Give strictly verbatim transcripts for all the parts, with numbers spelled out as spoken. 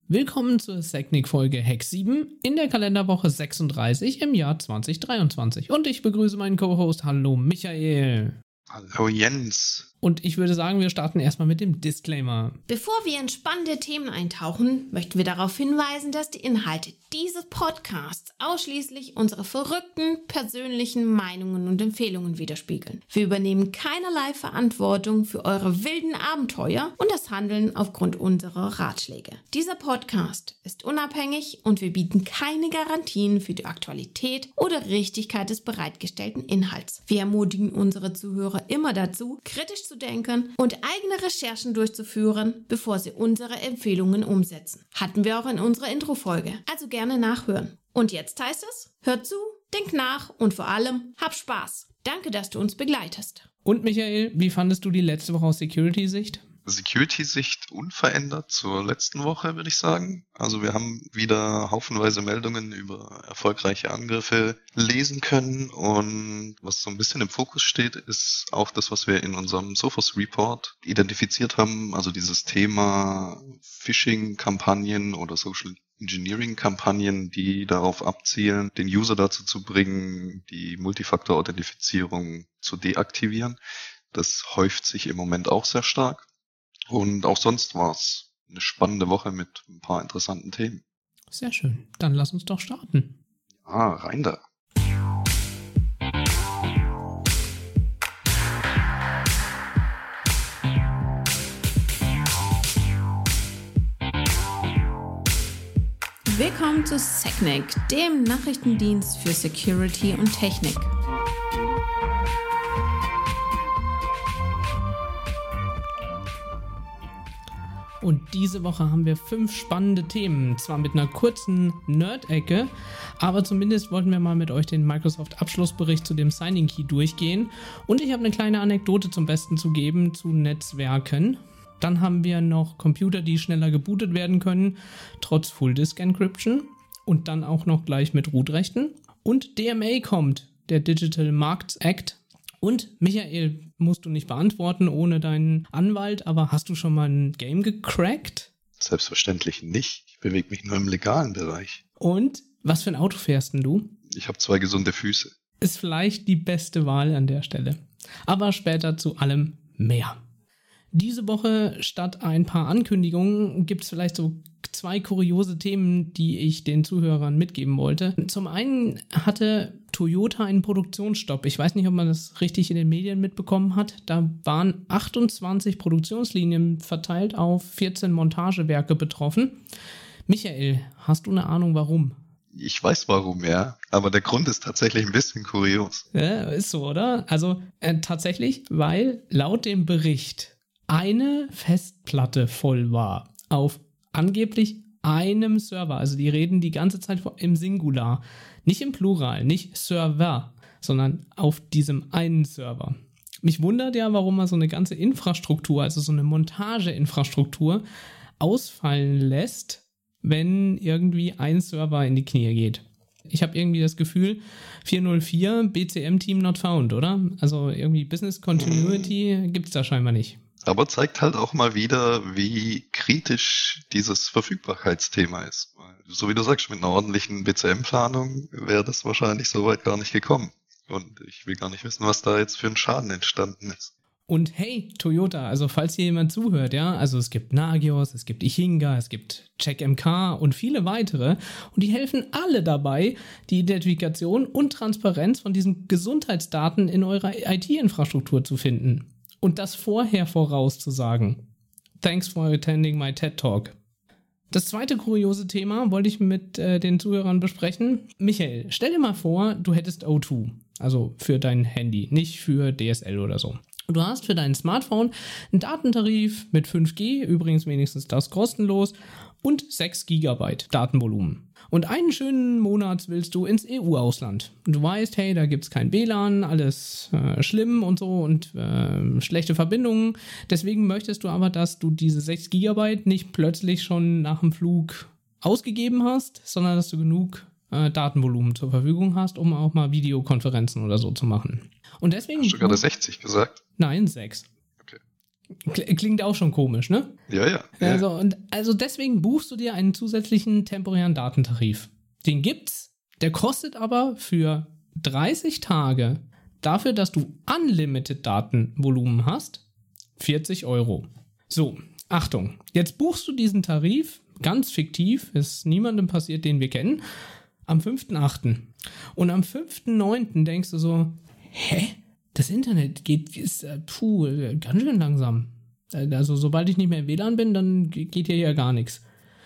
Willkommen zur Technik-Folge Hex sieben in der Kalenderwoche sechsunddreißig im Jahr zwanzig dreiundzwanzig. Und ich begrüße meinen Co-Host. Hallo Michael. Hallo Jens. Und ich würde sagen, wir starten erstmal mit dem Disclaimer. Bevor wir in spannende Themen eintauchen, möchten wir darauf hinweisen, dass die Inhalte dieses Podcasts ausschließlich unsere verrückten, persönlichen Meinungen und Empfehlungen widerspiegeln. Wir übernehmen keinerlei Verantwortung für eure wilden Abenteuer und das Handeln aufgrund unserer Ratschläge. Dieser Podcast ist unabhängig und wir bieten keine Garantien für die Aktualität oder Richtigkeit des bereitgestellten Inhalts. Wir ermutigen unsere Zuhörer immer dazu, kritisch zu denken und eigene Recherchen durchzuführen, bevor sie unsere Empfehlungen umsetzen. Hatten wir auch in unserer Intro-Folge, also gerne nachhören. Und jetzt heißt es, hört zu, denk nach und vor allem, hab Spaß. Danke, dass du uns begleitest. Und Michael, wie fandest du die letzte Woche aus Security-Sicht? Security-Sicht unverändert zur letzten Woche, würde ich sagen. Also wir haben wieder haufenweise Meldungen über erfolgreiche Angriffe lesen können und was so ein bisschen im Fokus steht, ist auch das, was wir in unserem Sophos Report identifiziert haben, also dieses Thema Phishing-Kampagnen oder Social Engineering-Kampagnen, die darauf abzielen, den User dazu zu bringen, die Multifaktor-Authentifizierung zu deaktivieren. Das häuft sich im Moment auch sehr stark. Und auch sonst war es eine spannende Woche mit ein paar interessanten Themen. Sehr schön. Dann lass uns doch starten. Ah, rein da. Willkommen zu SecNec, dem Nachrichtendienst für Security und Technik. Und diese Woche haben wir fünf spannende Themen, zwar mit einer kurzen Nerd-Ecke, aber zumindest wollten wir mal mit euch den Microsoft-Abschlussbericht zu dem Signing Key durchgehen. Und ich habe eine kleine Anekdote zum Besten zu geben zu Netzwerken. Dann haben wir noch Computer, die schneller gebootet werden können, trotz Full-Disk-Encryption. Und dann auch noch gleich mit Root-Rechten. Und D M A kommt, der Digital Markets Act. Und Michael, musst du nicht beantworten ohne deinen Anwalt, aber hast du schon mal ein Game gecrackt? Selbstverständlich nicht. Ich bewege mich nur im legalen Bereich. Und was für ein Auto fährst denn du? Ich habe zwei gesunde Füße. Ist vielleicht die beste Wahl an der Stelle. Aber später zu allem mehr. Diese Woche statt ein paar Ankündigungen gibt es vielleicht so zwei kuriose Themen, die ich den Zuhörern mitgeben wollte. Zum einen hatte Toyota einen Produktionsstopp. Ich weiß nicht, ob man das richtig in den Medien mitbekommen hat. Da waren achtundzwanzig Produktionslinien verteilt auf vierzehn Montagewerke betroffen. Michael, hast du eine Ahnung, warum? Ich weiß warum, ja, aber der Grund ist tatsächlich ein bisschen kurios. Ja, ist so, oder? Also äh, tatsächlich, weil laut dem Bericht eine Festplatte voll war auf angeblich einem Server. Also die reden die ganze Zeit im Singular. Nicht im Plural, nicht Server, sondern auf diesem einen Server. Mich wundert ja, warum man so eine ganze Infrastruktur, also so eine Montageinfrastruktur ausfallen lässt, wenn irgendwie ein Server in die Knie geht. Ich habe irgendwie das Gefühl, vierhundertvier B C M-Team not found, oder? Also irgendwie Business Continuity gibt es da scheinbar nicht. Aber zeigt halt auch mal wieder, wie kritisch dieses Verfügbarkeitsthema ist. So wie du sagst, mit einer ordentlichen B C M-Planung wäre das wahrscheinlich so weit gar nicht gekommen. Und ich will gar nicht wissen, was da jetzt für ein Schaden entstanden ist. Und hey, Toyota, also falls hier jemand zuhört, ja, also es gibt Nagios, es gibt Ichinga, es gibt CheckMK und viele weitere und die helfen alle dabei, die Identifikation und Transparenz von diesen Gesundheitsdaten in eurer I T-Infrastruktur zu finden. Und das vorher vorauszusagen. Thanks for attending my TED Talk. Das zweite kuriose Thema wollte ich mit äh, den Zuhörern besprechen. Michael, stell dir mal vor, du hättest O zwei, also für dein Handy, nicht für D S L oder so. Du hast für dein Smartphone einen Datentarif mit fünf G, übrigens wenigstens das kostenlos, und sechs Gigabyte Datenvolumen. Und einen schönen Monat willst du ins E U-Ausland. Und du weißt, hey, da gibt es kein W L A N, alles äh, schlimm und so und äh, schlechte Verbindungen. Deswegen möchtest du aber, dass du diese sechs Gigabyte nicht plötzlich schon nach dem Flug ausgegeben hast, sondern dass du genug äh, Datenvolumen zur Verfügung hast, um auch mal Videokonferenzen oder so zu machen. Und deswegen... Hast du gerade sechzig gesagt? Nein, sechs. Okay. Klingt auch schon komisch, ne? Ja, ja. Also, und, also deswegen buchst du dir einen zusätzlichen temporären Datentarif. Den gibt's, der kostet aber für dreißig Tage dafür, dass du Unlimited Datenvolumen hast, vierzig Euro. So, Achtung, jetzt buchst du diesen Tarif, ganz fiktiv, ist niemandem passiert, den wir kennen, am fünften achten Und am fünften neunten denkst du so, hä? Das Internet geht, ist, äh, puh, ganz schön langsam. Also sobald ich nicht mehr im W L A N bin, dann geht hier ja gar nichts.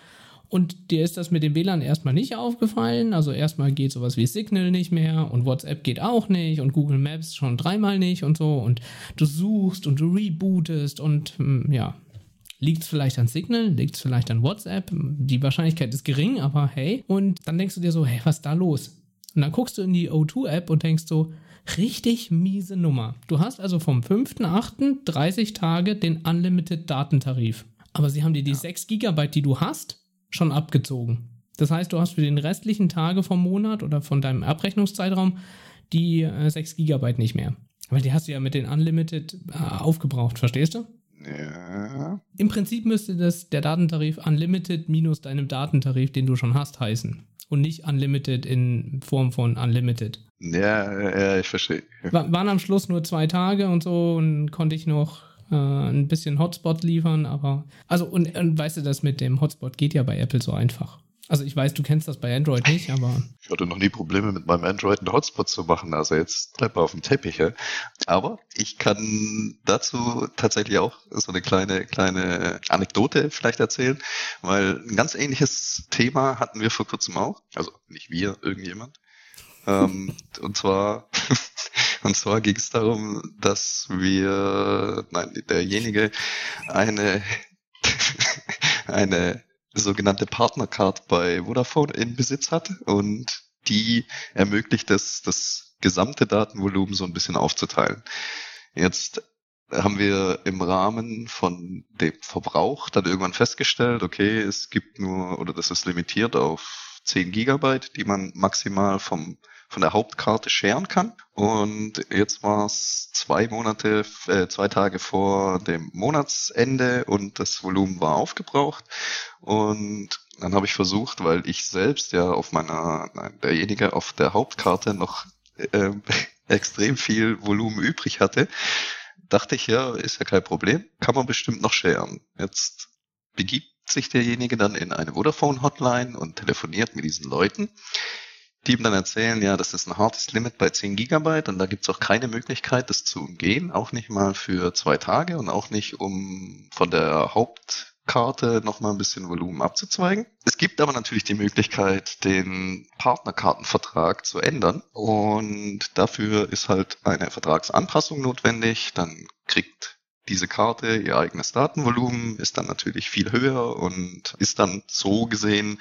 Und dir ist das mit dem W L A N erstmal nicht aufgefallen. Also erstmal geht sowas wie Signal nicht mehr und WhatsApp geht auch nicht und Google Maps schon dreimal nicht und so. Und du suchst und du rebootest und ja, liegt es vielleicht an Signal, liegt es vielleicht an WhatsApp. Die Wahrscheinlichkeit ist gering, aber hey. Und dann denkst du dir so, hey, was ist da los? Und dann guckst du in die O zwei App und denkst so, richtig miese Nummer. Du hast also vom fünften achten dreißig Tage den Unlimited Datentarif. Aber sie haben dir die ja. sechs Gigabyte, die du hast, schon abgezogen. Das heißt, du hast für den restlichen Tage vom Monat oder von deinem Abrechnungszeitraum die äh, sechs Gigabyte nicht mehr. Weil die hast du ja mit den Unlimited äh, aufgebraucht, verstehst du? Ja. Im Prinzip müsste das der Datentarif Unlimited minus deinem Datentarif, den du schon hast, heißen. Und nicht Unlimited in Form von Unlimited. Ja, ja, ich verstehe. War, waren am Schluss nur zwei Tage und so und konnte ich noch äh, ein bisschen Hotspot liefern, aber also und, und weißt du, das mit dem Hotspot geht ja bei Apple so einfach. Also ich weiß, du kennst das bei Android nicht, aber... Ich hatte noch nie Probleme mit meinem Android einen Hotspot zu machen, also jetzt bleib mal auf dem Teppich. Ja? Aber ich kann dazu tatsächlich auch so eine kleine kleine Anekdote vielleicht erzählen, weil ein ganz ähnliches Thema hatten wir vor kurzem auch, also nicht wir, irgendjemand. ähm, und zwar... Und zwar ging es darum, dass wir, nein, derjenige eine eine sogenannte Partnercard bei Vodafone in Besitz hat und die ermöglicht es, das gesamte Datenvolumen so ein bisschen aufzuteilen. Jetzt haben wir im Rahmen von dem Verbrauch dann irgendwann festgestellt, okay, es gibt nur, oder das ist limitiert auf zehn Gigabyte, die man maximal vom von der Hauptkarte sharen kann. Und jetzt war es zwei Monate, äh, zwei Tage vor dem Monatsende und das Volumen war aufgebraucht. Und dann habe ich versucht, weil ich selbst ja auf meiner, nein, derjenige auf der Hauptkarte noch äh, extrem viel Volumen übrig hatte, dachte ich, ja, ist ja kein Problem, kann man bestimmt noch sharen. Jetzt begibt sich derjenige dann in eine Vodafone-Hotline und telefoniert mit diesen Leuten, die ihm dann erzählen, ja, das ist ein hartes Limit bei zehn Gigabyte und da gibt's auch keine Möglichkeit, das zu umgehen, auch nicht mal für zwei Tage und auch nicht, um von der Hauptkarte nochmal ein bisschen Volumen abzuzweigen. Es gibt aber natürlich die Möglichkeit, den Partnerkartenvertrag zu ändern und dafür ist halt eine Vertragsanpassung notwendig, dann kriegt diese Karte ihr eigenes Datenvolumen, ist dann natürlich viel höher und ist dann so gesehen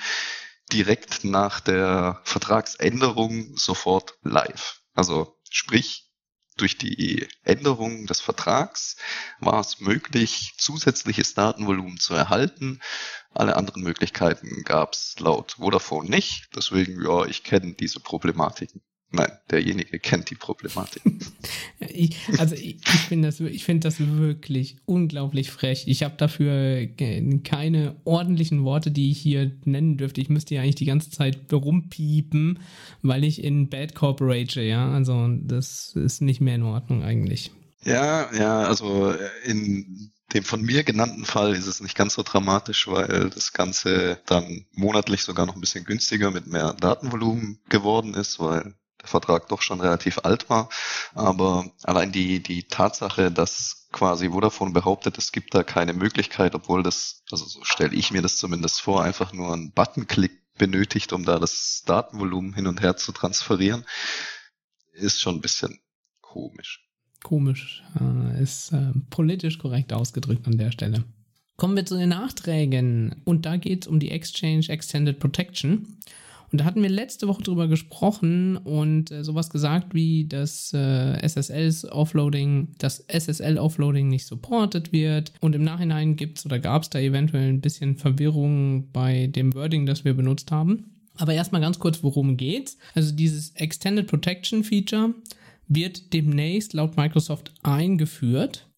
direkt nach der Vertragsänderung sofort live. Also sprich, durch die Änderung des Vertrags war es möglich, zusätzliches Datenvolumen zu erhalten. Alle anderen Möglichkeiten gab es laut Vodafone nicht. Deswegen, ja, ich kenne diese Problematiken. Nein, derjenige kennt die Problematik. ich, also ich, ich finde das, ich finde das wirklich unglaublich frech. Ich habe dafür keine ordentlichen Worte, die ich hier nennen dürfte. Ich müsste ja eigentlich die ganze Zeit rumpiepen, weil ich in Bad Corporate, ja, also das ist nicht mehr in Ordnung eigentlich. Ja, ja, also in dem von mir genannten Fall ist es nicht ganz so dramatisch, weil das Ganze dann monatlich sogar noch ein bisschen günstiger mit mehr Datenvolumen geworden ist, weil der Vertrag doch schon relativ alt war, aber allein die die Tatsache, dass quasi Vodafone behauptet, es gibt da keine Möglichkeit, obwohl das, also so stelle ich mir das zumindest vor, einfach nur einen Buttonklick benötigt, um da das Datenvolumen hin und her zu transferieren, ist schon ein bisschen komisch. Komisch, äh, ist äh, politisch korrekt ausgedrückt an der Stelle. Kommen wir zu den Nachträgen und da geht es um die Exchange Extended Protection. Und da hatten wir letzte Woche drüber gesprochen und äh, sowas gesagt wie, dass äh, S S L-Offloading, das S S L-Offloading nicht supported wird. Und im Nachhinein gibt's oder gab es da eventuell ein bisschen Verwirrung bei dem Wording, das wir benutzt haben. Aber erstmal ganz kurz, worum geht's? Also dieses Extended Protection Feature wird demnächst laut Microsoft eingeführt.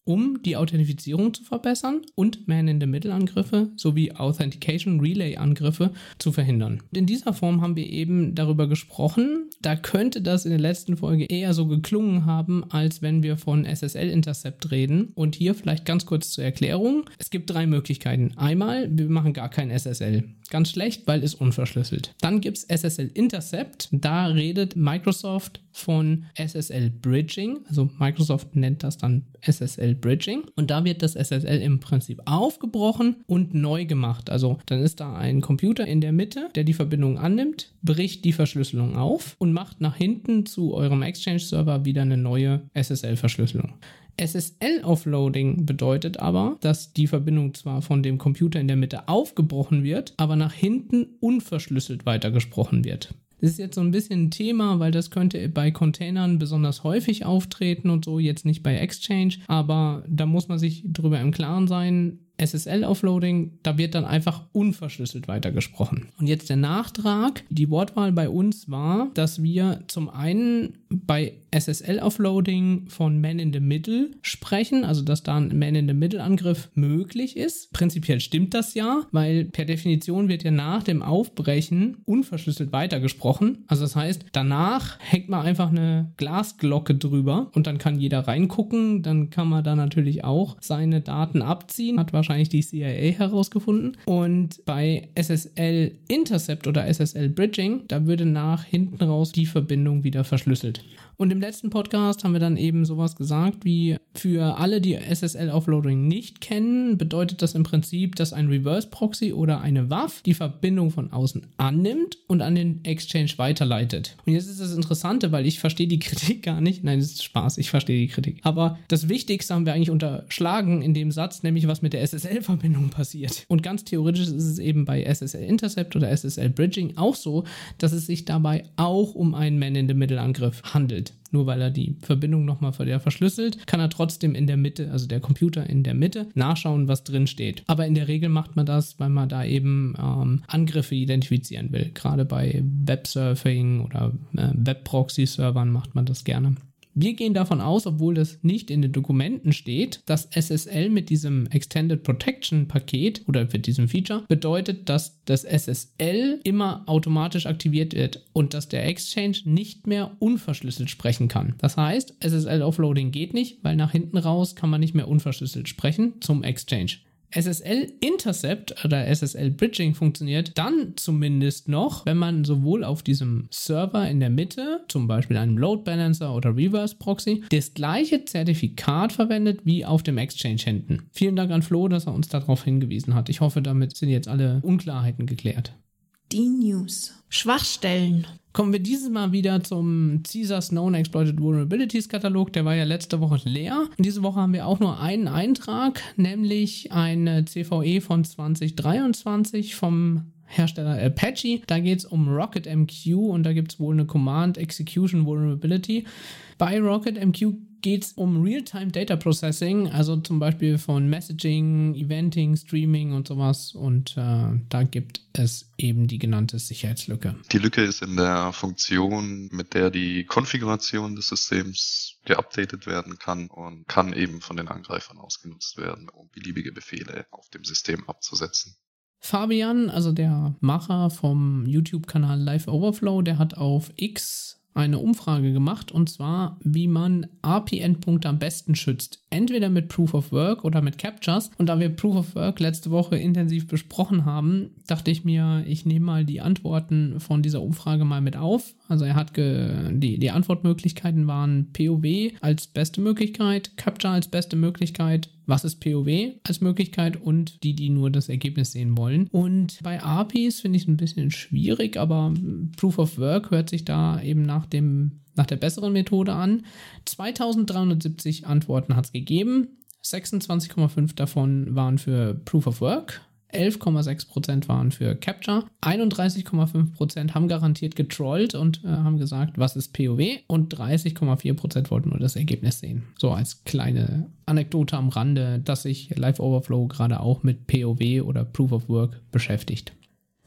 um die Authentifizierung zu verbessern und Man-in-the-Middle-Angriffe sowie Authentication-Relay-Angriffe zu verhindern. Und in dieser Form haben wir eben darüber gesprochen. Da könnte das in der letzten Folge eher so geklungen haben, als wenn wir von S S L-Intercept reden. Und hier vielleicht ganz kurz zur Erklärung. Es gibt drei Möglichkeiten. Einmal, wir machen gar kein S S L. Ganz schlecht, weil es unverschlüsselt. Dann gibt es S S L-Intercept. Da redet Microsoft von S S L-Bridging. Also Microsoft nennt das dann S S L-Bridging. Und da wird das S S L im Prinzip aufgebrochen und neu gemacht. Also dann ist da ein Computer in der Mitte, der die Verbindung annimmt, bricht die Verschlüsselung auf und macht nach hinten zu eurem Exchange-Server wieder eine neue S S L-Verschlüsselung. S S L-Offloading bedeutet aber, dass die Verbindung zwar von dem Computer in der Mitte aufgebrochen wird, aber nach hinten unverschlüsselt weitergesprochen wird. Das ist jetzt so ein bisschen ein Thema, weil das könnte bei Containern besonders häufig auftreten und so, jetzt nicht bei Exchange, aber da muss man sich drüber im Klaren sein. S S L-Offloading, da wird dann einfach unverschlüsselt weitergesprochen. Und jetzt der Nachtrag. Die Wortwahl bei uns war, dass wir zum einen bei S S L-Offloading von Man-in-the-Middle sprechen, also dass da ein Man-in-the-Middle-Angriff möglich ist. Prinzipiell stimmt das ja, weil per Definition wird ja nach dem Aufbrechen unverschlüsselt weitergesprochen. Also das heißt, danach hängt man einfach eine Glasglocke drüber und dann kann jeder reingucken, dann kann man da natürlich auch seine Daten abziehen, hat wahrscheinlich die C I A herausgefunden. Und bei S S L-Intercept oder S S L-Bridging, da würde nach hinten raus die Verbindung wieder verschlüsselt. Und im letzten Podcast haben wir dann eben sowas gesagt wie, für alle, die S S L-Offloading nicht kennen, bedeutet das im Prinzip, dass ein Reverse-Proxy oder eine W A F die Verbindung von außen annimmt und an den Exchange weiterleitet. Und jetzt ist das Interessante, weil ich verstehe die Kritik gar nicht. Nein, das ist Spaß, ich verstehe die Kritik. Aber das Wichtigste haben wir eigentlich unterschlagen in dem Satz, nämlich was mit der S S L-Verbindung passiert. Und ganz theoretisch ist es eben bei S S L-Intercept oder S S L-Bridging auch so, dass es sich dabei auch um einen Man-in-the-Middle-Angriff handelt. Nur weil er die Verbindung nochmal verschlüsselt, kann er trotzdem in der Mitte, also der Computer in der Mitte, nachschauen, was drin steht. Aber in der Regel macht man das, weil man da eben ähm, Angriffe identifizieren will. Gerade bei Websurfing oder äh, Web-Proxy-Servern macht man das gerne. Wir gehen davon aus, obwohl das nicht in den Dokumenten steht, dass S S L mit diesem Extended Protection Paket oder mit diesem Feature bedeutet, dass das S S L immer automatisch aktiviert wird und dass der Exchange nicht mehr unverschlüsselt sprechen kann. Das heißt, S S L-Offloading geht nicht, weil nach hinten raus kann man nicht mehr unverschlüsselt sprechen zum Exchange. S S L-Intercept oder S S L-Bridging funktioniert dann zumindest noch, wenn man sowohl auf diesem Server in der Mitte, zum Beispiel einem Load Balancer oder Reverse Proxy, das gleiche Zertifikat verwendet wie auf dem Exchange hinten. Vielen Dank an Flo, dass er uns darauf hingewiesen hat. Ich hoffe, damit sind jetzt alle Unklarheiten geklärt. Die News. Schwachstellen. Kommen wir dieses Mal wieder zum C I S A Known Exploited Vulnerabilities Katalog. Der war ja letzte Woche leer. Und diese Woche haben wir auch nur einen Eintrag, nämlich eine C V E von zwanzig dreiundzwanzig vom Hersteller Apache. Da geht es um RocketMQ und da gibt es wohl eine Command Execution Vulnerability. Bei RocketMQ geht es um Real-Time Data Processing, also zum Beispiel von Messaging, Eventing, Streaming und sowas. Und äh, da gibt es eben die genannte Sicherheitslücke. Die Lücke ist in der Funktion, mit der die Konfiguration des Systems geupdatet werden kann und kann eben von den Angreifern ausgenutzt werden, um beliebige Befehle auf dem System abzusetzen. Fabian, also der Macher vom YouTube-Kanal Live Overflow, der hat auf X eine Umfrage gemacht, und zwar, wie man A P I-Endpunkte am besten schützt. Entweder mit Proof of Work oder mit Captchas. Und da wir Proof of Work letzte Woche intensiv besprochen haben, dachte ich mir, ich nehme mal die Antworten von dieser Umfrage mal mit auf. Also er hat ge- die, die Antwortmöglichkeiten waren P O W als beste Möglichkeit, Captcha als beste Möglichkeit, was ist P O W als Möglichkeit und die, die nur das Ergebnis sehen wollen. Und bei A P Is finde ich es ein bisschen schwierig, aber Proof of Work hört sich da eben nach dem nach der besseren Methode an. zweitausenddreihundertsiebzig Antworten hat es gegeben. sechsundzwanzig Komma fünf davon waren für Proof of Work. elf Komma sechs Prozent waren für Captcha, einunddreißig Komma fünf Prozent haben garantiert getrollt und äh, haben gesagt, was ist P O W, und dreißig Komma vier Prozent wollten nur das Ergebnis sehen. So als kleine Anekdote am Rande, dass sich Live Overflow gerade auch mit P O W oder Proof of Work beschäftigt.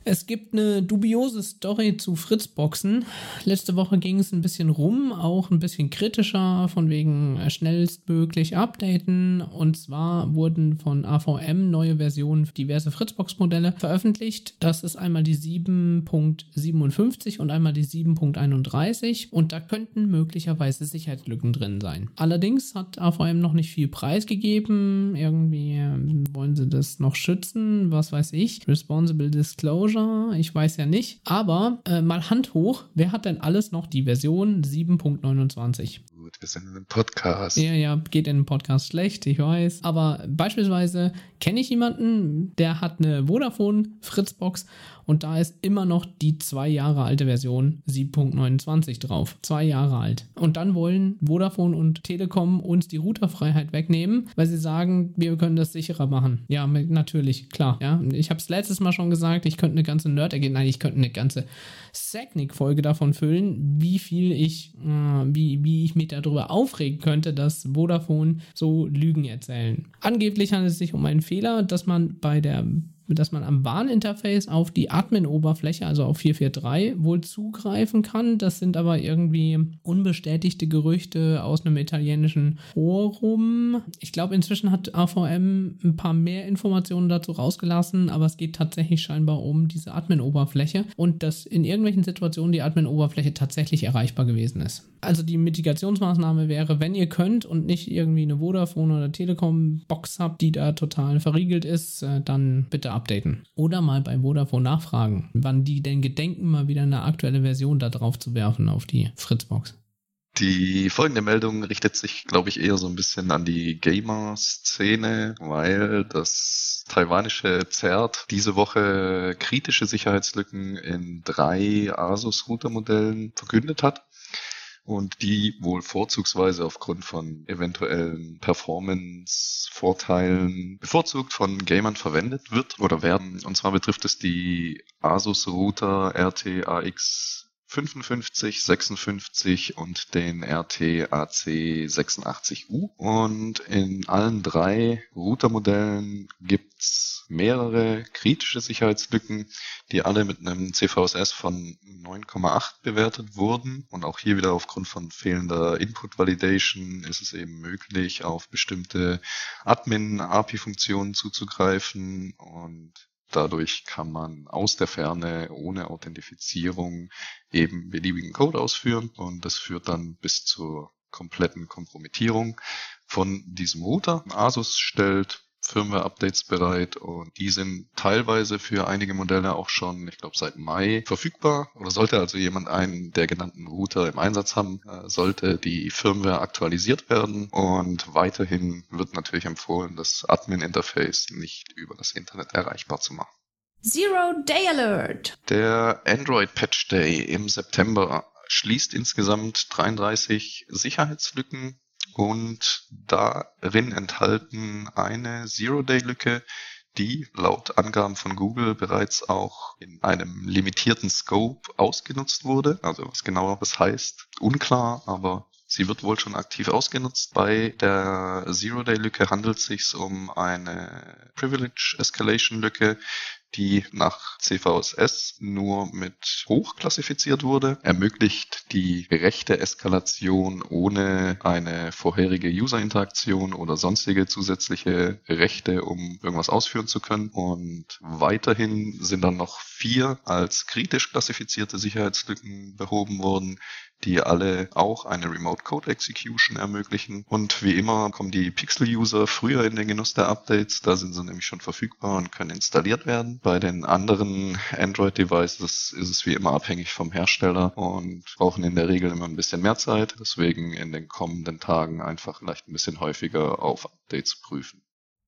Es gibt eine dubiose Story zu Fritzboxen. Letzte Woche ging es ein bisschen rum, auch ein bisschen kritischer, von wegen schnellstmöglich updaten. Und zwar wurden von A V M neue Versionen für diverse Fritzbox-Modelle veröffentlicht. Das ist einmal die sieben Punkt siebenundfünfzig und einmal die sieben Punkt einunddreißig. Und da könnten möglicherweise Sicherheitslücken drin sein. Allerdings hat A V M noch nicht viel preisgegeben. Irgendwie wollen sie das noch schützen, was weiß ich. Responsible Disclosure. Ich weiß ja nicht, aber äh, mal Hand hoch, wer hat denn alles noch die Version sieben Punkt neunundzwanzig? Gut, wir sind in einem Podcast. Ja, ja, geht in einem Podcast schlecht, ich weiß. Aber beispielsweise kenne ich jemanden, der hat eine Vodafone Fritzbox und da ist immer noch die zwei Jahre alte Version sieben Punkt neunundzwanzig drauf. Zwei Jahre alt. Und dann wollen Vodafone und Telekom uns die Routerfreiheit wegnehmen, weil sie sagen, wir können das sicherer machen. Ja, natürlich, klar. Ja, ich habe es letztes Mal schon gesagt, ich könnte eine ganze Nerd ergehen, nein, ich könnte eine ganze Sagnic-Folge davon füllen, wie viel ich, äh, wie, wie ich mich darüber aufregen könnte, dass Vodafone so Lügen erzählen. Angeblich handelt es sich um einen Fehler, dass man bei der dass man am Warninterface auf die Admin-Oberfläche, also auf vier vier drei, wohl zugreifen kann. Das sind aber irgendwie unbestätigte Gerüchte aus einem italienischen Forum. Ich glaube, inzwischen hat A V M ein paar mehr Informationen dazu rausgelassen, aber es geht tatsächlich scheinbar um diese Admin-Oberfläche und dass in irgendwelchen Situationen die Admin-Oberfläche tatsächlich erreichbar gewesen ist. Also die Mitigationsmaßnahme wäre, wenn ihr könnt und nicht irgendwie eine Vodafone oder Telekom-Box habt, die da total verriegelt ist, dann bitte updaten. Oder mal bei Vodafone nachfragen, wann die denn gedenken, mal wieder eine aktuelle Version da drauf zu werfen auf die Fritzbox. Die folgende Meldung richtet sich, glaube ich, eher so ein bisschen an die Gamer-Szene, weil das taiwanische Z E R T diese Woche kritische Sicherheitslücken in drei Asus-Router-Modellen verkündet hat. Und die wohl vorzugsweise aufgrund von eventuellen Performance-Vorteilen bevorzugt von Gamern verwendet wird oder werden. Und zwar betrifft es die Asus Router R T A X fünfundfünfzig, sechsundfünfzig und den R T A C sechsundachtzig U. Und in allen drei Routermodellen gibt's mehrere kritische Sicherheitslücken, die alle mit einem C V S S von neun Komma acht bewertet wurden. Und auch hier wieder aufgrund von fehlender Input-Validation ist es eben möglich, auf bestimmte Admin-A P I-Funktionen zuzugreifen und dadurch kann man aus der Ferne ohne Authentifizierung eben beliebigen Code ausführen und das führt dann bis zur kompletten Kompromittierung von diesem Router. Asus stellt Firmware-Updates bereit und die sind teilweise für einige Modelle auch schon, ich glaube, seit Mai verfügbar. Oder sollte also jemand einen der genannten Router im Einsatz haben, sollte die Firmware aktualisiert werden. Und weiterhin wird natürlich empfohlen, das Admin-Interface nicht über das Internet erreichbar zu machen. Zero Day Alert. Der Android Patch Day im September schließt insgesamt dreiunddreißig Sicherheitslücken. Und darin enthalten eine Zero-Day-Lücke, die laut Angaben von Google bereits auch in einem limitierten Scope ausgenutzt wurde. Also was genau das heißt, unklar, aber sie wird wohl schon aktiv ausgenutzt. Bei der Zero-Day-Lücke handelt es sich um eine Privilege-Escalation-Lücke, die nach C V S S nur mit hoch klassifiziert wurde, ermöglicht die gerechte Eskalation ohne eine vorherige User-Interaktion oder sonstige zusätzliche Rechte, um irgendwas ausführen zu können. Und weiterhin sind dann noch vier als kritisch klassifizierte Sicherheitslücken behoben worden, die alle auch eine Remote Code Execution ermöglichen. Und wie immer kommen die Pixel-User früher in den Genuss der Updates, da sind sie nämlich schon verfügbar und können installiert werden. Bei den anderen Android-Devices ist es wie immer abhängig vom Hersteller und brauchen in der Regel immer ein bisschen mehr Zeit. Deswegen in den kommenden Tagen einfach vielleicht ein bisschen häufiger auf Updates prüfen.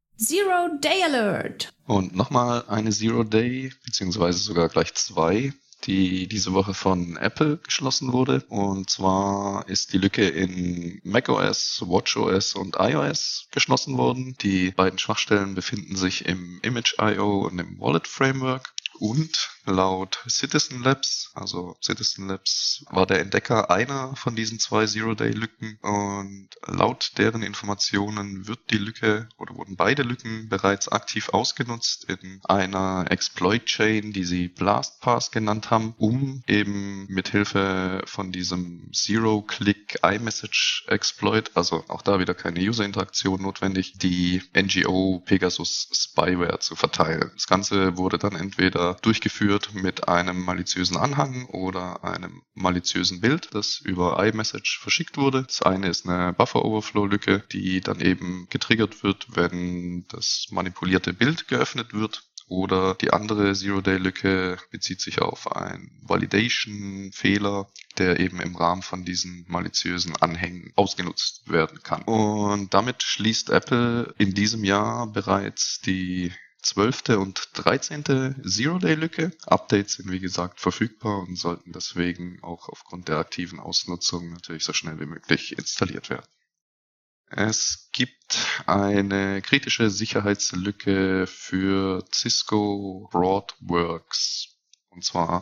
Zero Day Alert. Und nochmal eine Zero Day, beziehungsweise sogar gleich zwei, die diese Woche von Apple geschlossen wurde. Und zwar ist die Lücke in macOS, watchOS und iOS geschlossen worden. Die beiden Schwachstellen befinden sich im Image Punkt i o und im Wallet Framework. Und Laut Citizen Labs, also Citizen Labs war der Entdecker einer von diesen zwei Zero-Day-Lücken und laut deren Informationen wird die Lücke oder wurden beide Lücken bereits aktiv ausgenutzt in einer Exploit-Chain, die sie BlastPass genannt haben, um eben mithilfe von diesem Zero-Click iMessage-Exploit, also auch da wieder keine User-Interaktion notwendig, die N G O Pegasus Spyware zu verteilen. Das Ganze wurde dann entweder durchgeführt mit einem maliziösen Anhang oder einem maliziösen Bild, das über iMessage verschickt wurde. Das eine ist eine Buffer-Overflow-Lücke, die dann eben getriggert wird, wenn das manipulierte Bild geöffnet wird. Oder die andere Zero-Day-Lücke bezieht sich auf einen Validation-Fehler, der eben im Rahmen von diesen maliziösen Anhängen ausgenutzt werden kann. Und damit schließt Apple in diesem Jahr bereits die zwölfte und dreizehnte Zero-Day-Lücke. Updates sind wie gesagt verfügbar und sollten deswegen auch aufgrund der aktiven Ausnutzung natürlich so schnell wie möglich installiert werden. Es gibt eine kritische Sicherheitslücke für Cisco BroadWorks. Und zwar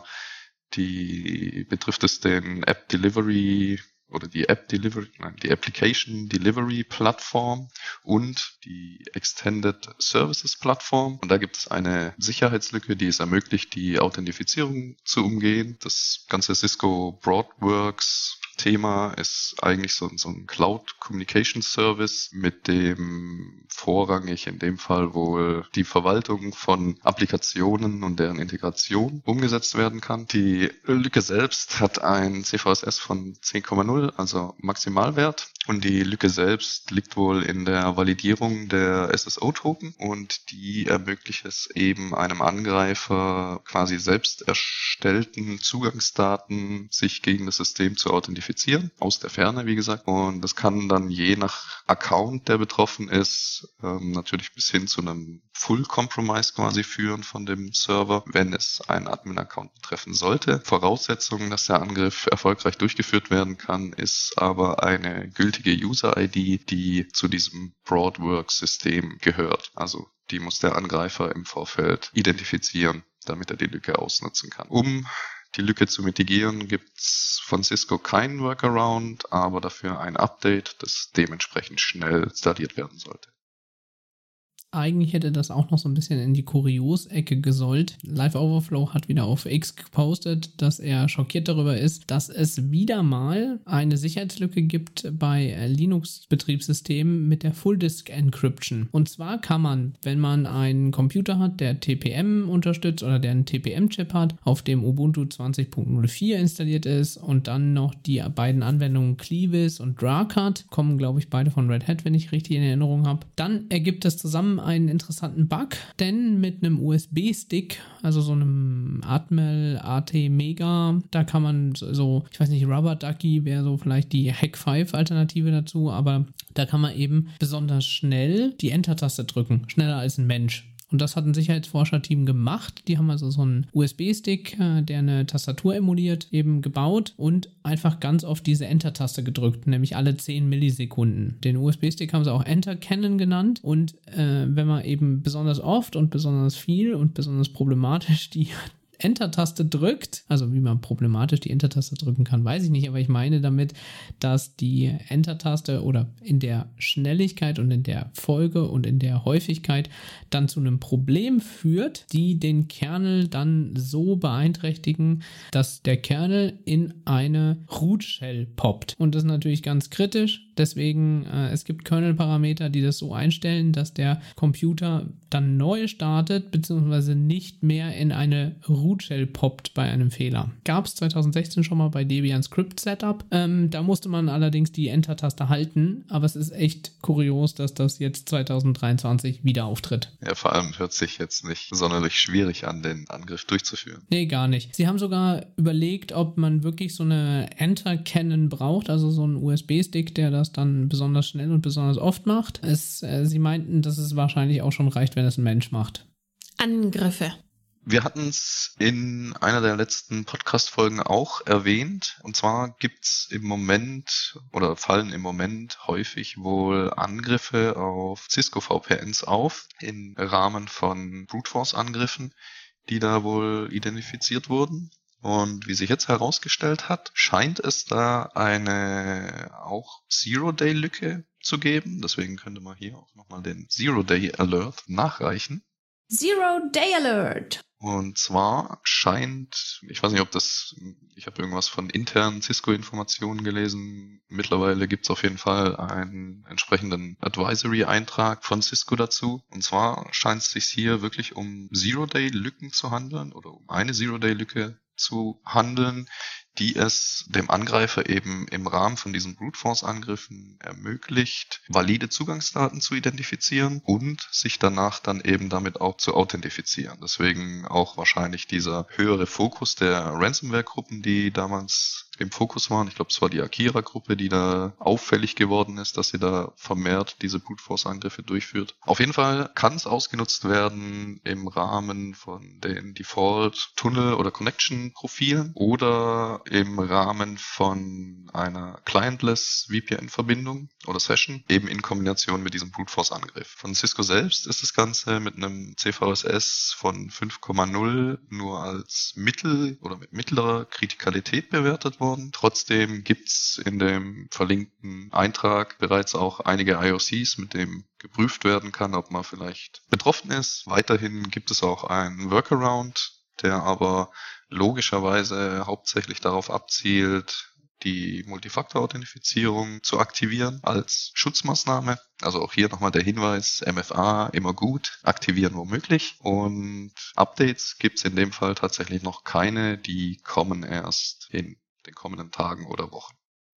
die betrifft es den App Delivery oder die App Delivery, nein, die Application Delivery Plattform und die Extended Services Plattform. Und da gibt es eine Sicherheitslücke, die es ermöglicht, die Authentifizierung zu umgehen. Das ganze Cisco BroadWorks Thema ist eigentlich so, so ein Cloud Communication Service, mit dem vorrangig in dem Fall wohl die Verwaltung von Applikationen und deren Integration umgesetzt werden kann. Die Lücke selbst hat ein C V S S von zehn Komma null, also Maximalwert. Und die Lücke selbst liegt wohl in der Validierung der S S O-Token und die ermöglicht es eben einem Angreifer quasi selbst erstellten Zugangsdaten sich gegen das System zu authentifizieren, aus der Ferne wie gesagt. Und das kann dann je nach Account, der betroffen ist, ähm, natürlich bis hin zu einem Full Compromise quasi führen von dem Server, wenn es einen Admin-Account betreffen sollte. Voraussetzung, dass der Angriff erfolgreich durchgeführt werden kann, ist aber eine gültige User-I D, die zu diesem BroadWorks-System gehört. Also die muss der Angreifer im Vorfeld identifizieren, damit er die Lücke ausnutzen kann. Um die Lücke zu mitigieren, gibt's von Cisco keinen Workaround, aber dafür ein Update, das dementsprechend schnell installiert werden sollte. Eigentlich hätte das auch noch so ein bisschen in die Kurios-Ecke gesollt. Live Overflow hat wieder auf X gepostet, dass er schockiert darüber ist, dass es wieder mal eine Sicherheitslücke gibt bei Linux-Betriebssystemen mit der Full-Disk-Encryption. Und zwar kann man, wenn man einen Computer hat, der T P M unterstützt oder der einen T P M-Chip hat, auf dem Ubuntu zwanzig Punkt null vier installiert ist und dann noch die beiden Anwendungen Clevis und Druck hat, kommen glaube ich beide von Red Hat, wenn ich richtig in Erinnerung habe, dann ergibt es zusammen einen interessanten Bug, denn mit einem U S B-Stick, also so einem Atmel A T Mega, da kann man so, ich weiß nicht, Rubber Ducky wäre so vielleicht die Hack fünf Alternative dazu, aber da kann man eben besonders schnell die Enter-Taste drücken, schneller als ein Mensch. Und das hat ein Sicherheitsforscherteam gemacht. Die haben also so einen U S B-Stick, der eine Tastatur emuliert, eben gebaut und einfach ganz oft diese Enter-Taste gedrückt, nämlich alle zehn Millisekunden. Den U S B-Stick haben sie auch Enter Cannon genannt. Und äh, wenn man eben besonders oft und besonders viel und besonders problematisch die Enter-Taste drückt, also wie man problematisch die Enter-Taste drücken kann, weiß ich nicht, aber ich meine damit, dass die Enter-Taste oder in der Schnelligkeit und in der Folge und in der Häufigkeit dann zu einem Problem führt, die den Kernel dann so beeinträchtigen, dass der Kernel in eine Root-Shell poppt. Und das ist natürlich ganz kritisch. Deswegen, äh, es gibt Kernel-Parameter, die das so einstellen, dass der Computer dann neu startet, beziehungsweise nicht mehr in eine Root-Shell poppt bei einem Fehler. Gab es zwanzig sechzehn schon mal bei Debian Script Setup. Ähm, da musste man allerdings die Enter-Taste halten, aber es ist echt kurios, dass das jetzt zwanzig dreiundzwanzig wieder auftritt. Ja, vor allem hört sich jetzt nicht sonderlich schwierig an, den Angriff durchzuführen. Nee, gar nicht. Sie haben sogar überlegt, ob man wirklich so eine Enter-Cannon braucht, also so einen U S B-Stick, der das dann besonders schnell und besonders oft macht. Es, äh, sie meinten, dass es wahrscheinlich auch schon reicht, wenn es ein Mensch macht. Angriffe. Wir hatten es in einer der letzten Podcast-Folgen auch erwähnt. Und zwar gibt's im Moment oder fallen im Moment häufig wohl Angriffe auf Cisco V P Ns auf im Rahmen von Brute Force Angriffen, die da wohl identifiziert wurden. Und wie sich jetzt herausgestellt hat, scheint es da eine auch Zero-Day-Lücke zu geben. Deswegen könnte man hier auch nochmal den Zero-Day-Alert nachreichen. Zero-Day-Alert. Und zwar scheint, ich weiß nicht, ob das, ich habe irgendwas von internen Cisco-Informationen gelesen. Mittlerweile gibt es auf jeden Fall einen entsprechenden Advisory-Eintrag von Cisco dazu. Und zwar scheint es sich hier wirklich um Zero-Day-Lücken zu handeln oder um eine Zero-Day-Lücke zu handeln, die es dem Angreifer eben im Rahmen von diesen Brute Force Angriffen ermöglicht, valide Zugangsdaten zu identifizieren und sich danach dann eben damit auch zu authentifizieren. Deswegen auch wahrscheinlich dieser höhere Fokus der Ransomware-Gruppen, die damals im Fokus waren. Ich glaube, es war die Akira-Gruppe, die da auffällig geworden ist, dass sie da vermehrt diese Brute Force Angriffe durchführt. Auf jeden Fall kann es ausgenutzt werden im Rahmen von den Default Tunnel- oder Connection-Profilen oder im Rahmen von einer Clientless V P N-Verbindung oder Session, eben in Kombination mit diesem Brute Force Angriff. Von Cisco selbst ist das Ganze mit einem C V S S von fünf Komma null nur als mittel oder mit mittlerer Kritikalität bewertet worden. Trotzdem gibt's in dem verlinkten Eintrag bereits auch einige I O Cs, mit dem geprüft werden kann, ob man vielleicht betroffen ist. Weiterhin gibt es auch einen Workaround, der aber logischerweise hauptsächlich darauf abzielt, die Multifaktor-Authentifizierung zu aktivieren als Schutzmaßnahme. Also auch hier nochmal der Hinweis, M F A immer gut, aktivieren womöglich. Und Updates gibt's in dem Fall tatsächlich noch keine, die kommen erst in den kommenden Tagen oder Wochen.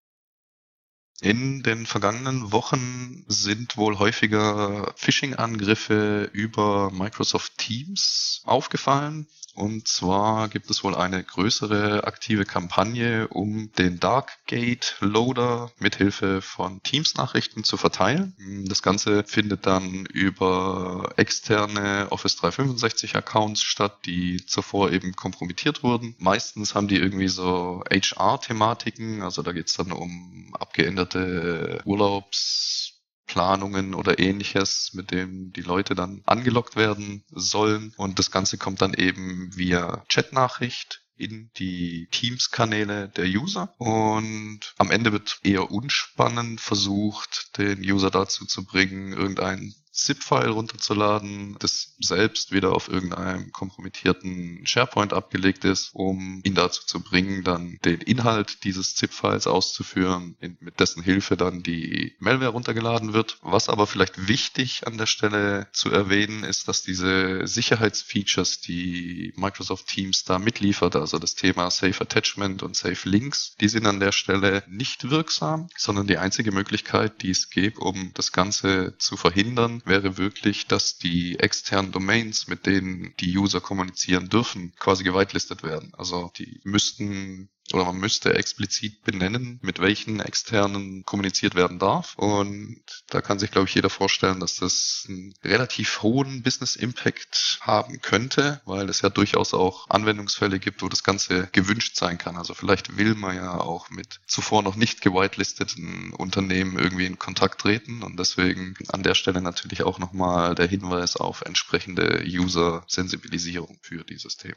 In den vergangenen Wochen sind wohl häufiger Phishing-Angriffe über Microsoft Teams aufgefallen. Und zwar gibt es wohl eine größere aktive Kampagne, um den Darkgate-Loader mithilfe von Teams-Nachrichten zu verteilen. Das Ganze findet dann über externe Office dreihundertfünfundsechzig Accounts statt, die zuvor eben kompromittiert wurden. Meistens haben die irgendwie so H R-Thematiken, also da geht es dann um abgeänderte Urlaubsplanungen oder ähnliches, mit dem die Leute dann angelockt werden sollen. Und das Ganze kommt dann eben via Chatnachricht in die Teams-Kanäle der User. Und am Ende wird eher unspannend versucht, den User dazu zu bringen, irgendeinen ZIP-File runterzuladen, das selbst wieder auf irgendeinem kompromittierten SharePoint abgelegt ist, um ihn dazu zu bringen, dann den Inhalt dieses ZIP-Files auszuführen, mit dessen Hilfe dann die Malware runtergeladen wird. Was aber vielleicht wichtig an der Stelle zu erwähnen ist, dass diese Sicherheitsfeatures, die Microsoft Teams da mitliefert, also das Thema Safe Attachment und Safe Links, die sind an der Stelle nicht wirksam, sondern die einzige Möglichkeit, die es gibt, um das Ganze zu verhindern, wäre wirklich, dass die externen Domains, mit denen die User kommunizieren dürfen, quasi gewitelistet werden. Also die müssten oder man müsste explizit benennen, mit welchen externen kommuniziert werden darf. Und da kann sich, glaube ich, jeder vorstellen, dass das einen relativ hohen Business-Impact haben könnte, weil es ja durchaus auch Anwendungsfälle gibt, wo das Ganze gewünscht sein kann. Also vielleicht will man ja auch mit zuvor noch nicht gewitelisteten Unternehmen irgendwie in Kontakt treten. Und deswegen an der Stelle natürlich auch nochmal der Hinweis auf entsprechende User-Sensibilisierung für dieses Thema.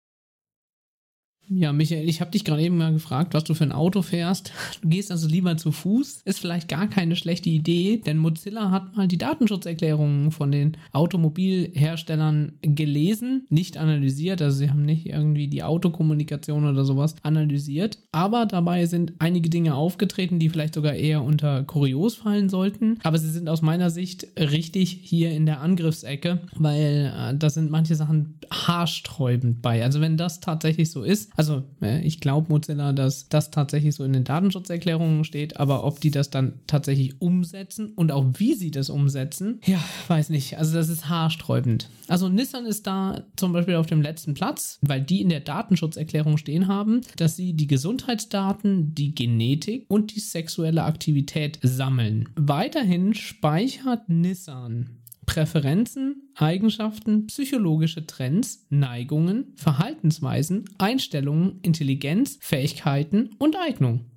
Ja, Michael, ich habe dich gerade eben mal gefragt, was du für ein Auto fährst. Du gehst also lieber zu Fuß. Ist vielleicht gar keine schlechte Idee, denn Mozilla hat mal die Datenschutzerklärungen von den Automobilherstellern gelesen, nicht analysiert. Also sie haben nicht irgendwie die Autokommunikation oder sowas analysiert. Aber dabei sind einige Dinge aufgetreten, die vielleicht sogar eher unter kurios fallen sollten. Aber sie sind aus meiner Sicht richtig hier in der Angriffsecke, weil äh, da sind manche Sachen haarsträubend bei. Also wenn das tatsächlich so ist, also ich glaube Mozilla, dass das tatsächlich so in den Datenschutzerklärungen steht, aber ob die das dann tatsächlich umsetzen und auch wie sie das umsetzen, ja, weiß nicht. Also das ist haarsträubend. Also Nissan ist da zum Beispiel auf dem letzten Platz, weil die in der Datenschutzerklärung stehen haben, dass sie die Gesundheitsdaten, die Genetik und die sexuelle Aktivität sammeln. Weiterhin speichert Nissan Präferenzen, Eigenschaften, psychologische Trends, Neigungen, Verhaltensweisen, Einstellungen, Intelligenz, Fähigkeiten und Eignung.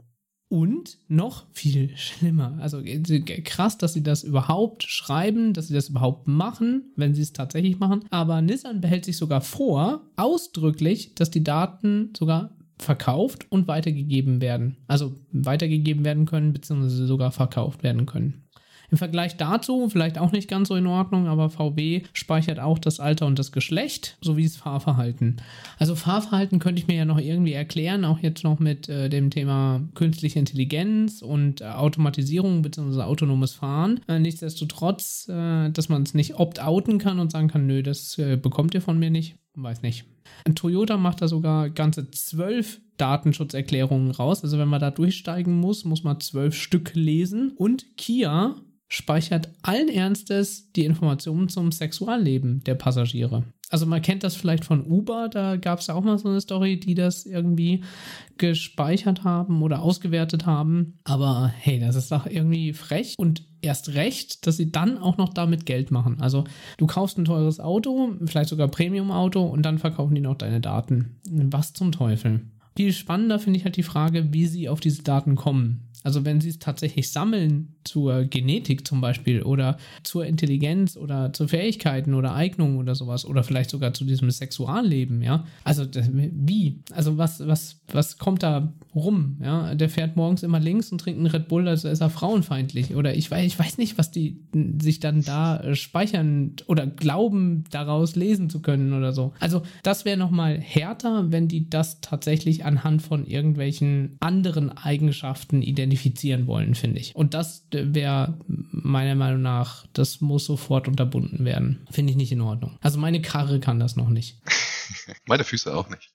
Und noch viel schlimmer, also krass, dass sie das überhaupt schreiben, dass sie das überhaupt machen, wenn sie es tatsächlich machen. Aber Nissan behält sich sogar vor, ausdrücklich, dass die Daten sogar verkauft und weitergegeben werden. Also weitergegeben werden können, beziehungsweise sogar verkauft werden können. Im Vergleich dazu, vielleicht auch nicht ganz so in Ordnung, aber V W speichert auch das Alter und das Geschlecht sowie das Fahrverhalten. Also Fahrverhalten könnte ich mir ja noch irgendwie erklären, auch jetzt noch mit äh, dem Thema künstliche Intelligenz und äh, Automatisierung bzw. autonomes Fahren. Äh, nichtsdestotrotz, äh, dass man es nicht opt-outen kann und sagen kann, nö, das äh, bekommt ihr von mir nicht, weiß nicht. Toyota macht da sogar ganze zwölf Datenschutzerklärungen raus. Also wenn man da durchsteigen muss, muss man zwölf Stück lesen. Und Kia speichert allen Ernstes die Informationen zum Sexualleben der Passagiere. Also man kennt das vielleicht von Uber, da gab es ja auch mal so eine Story, die das irgendwie gespeichert haben oder ausgewertet haben. Aber hey, das ist doch irgendwie frech und erst recht, dass sie dann auch noch damit Geld machen. Also du kaufst ein teures Auto, vielleicht sogar Premium-Auto und dann verkaufen die noch deine Daten. Was zum Teufel? Viel spannender finde ich halt die Frage, wie sie auf diese Daten kommen. Also wenn sie es tatsächlich sammeln zur Genetik zum Beispiel oder zur Intelligenz oder zu Fähigkeiten oder Eignungen oder sowas oder vielleicht sogar zu diesem Sexualleben, ja. Also das, wie? Also was, was, was kommt da rum, ja? Der fährt morgens immer links und trinkt einen Red Bull, also ist er frauenfeindlich oder ich weiß, ich weiß nicht, was die sich dann da speichern oder glauben, daraus lesen zu können oder so. Also das wäre nochmal härter, wenn die das tatsächlich anhand von irgendwelchen anderen Eigenschaften identifizieren wollen, finde ich. Und das wäre meiner Meinung nach, das muss sofort unterbunden werden. Finde ich nicht in Ordnung. Also meine Karre kann das noch nicht. Meine Füße auch nicht.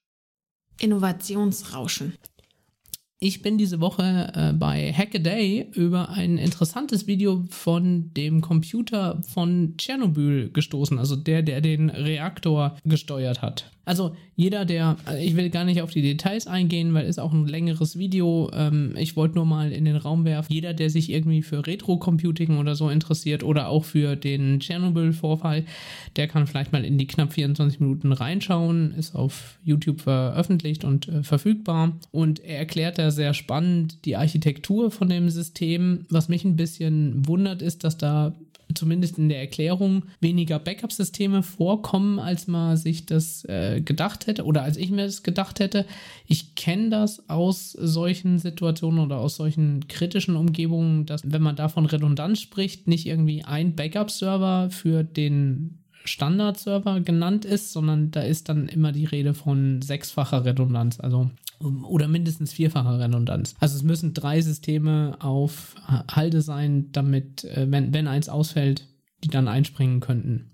Innovationsrauschen. Ich bin diese Woche äh, bei Hackaday über ein interessantes Video von dem Computer von Tschernobyl gestoßen, also der, der den Reaktor gesteuert hat. Also jeder, der, ich will gar nicht auf die Details eingehen, weil es auch ein längeres Video, ähm, ich wollte nur mal in den Raum werfen, jeder, der sich irgendwie für Retro-Computing oder so interessiert oder auch für den Tschernobyl-Vorfall, der kann vielleicht mal in die knapp vierundzwanzig Minuten reinschauen, ist auf YouTube veröffentlicht und äh, verfügbar und er erklärt da sehr spannend die Architektur von dem System. Was mich ein bisschen wundert, ist, dass da zumindest in der Erklärung weniger Backup-Systeme vorkommen, als man sich das äh, gedacht hätte oder als ich mir das gedacht hätte. Ich kenne das aus solchen Situationen oder aus solchen kritischen Umgebungen, dass, wenn man da von Redundanz spricht, nicht irgendwie ein Backup-Server für den Standard-Server genannt ist, sondern da ist dann immer die Rede von sechsfacher Redundanz, also oder mindestens vierfacher Redundanz. Also es müssen drei Systeme auf Halde sein, damit, wenn, wenn eins ausfällt, die dann einspringen könnten.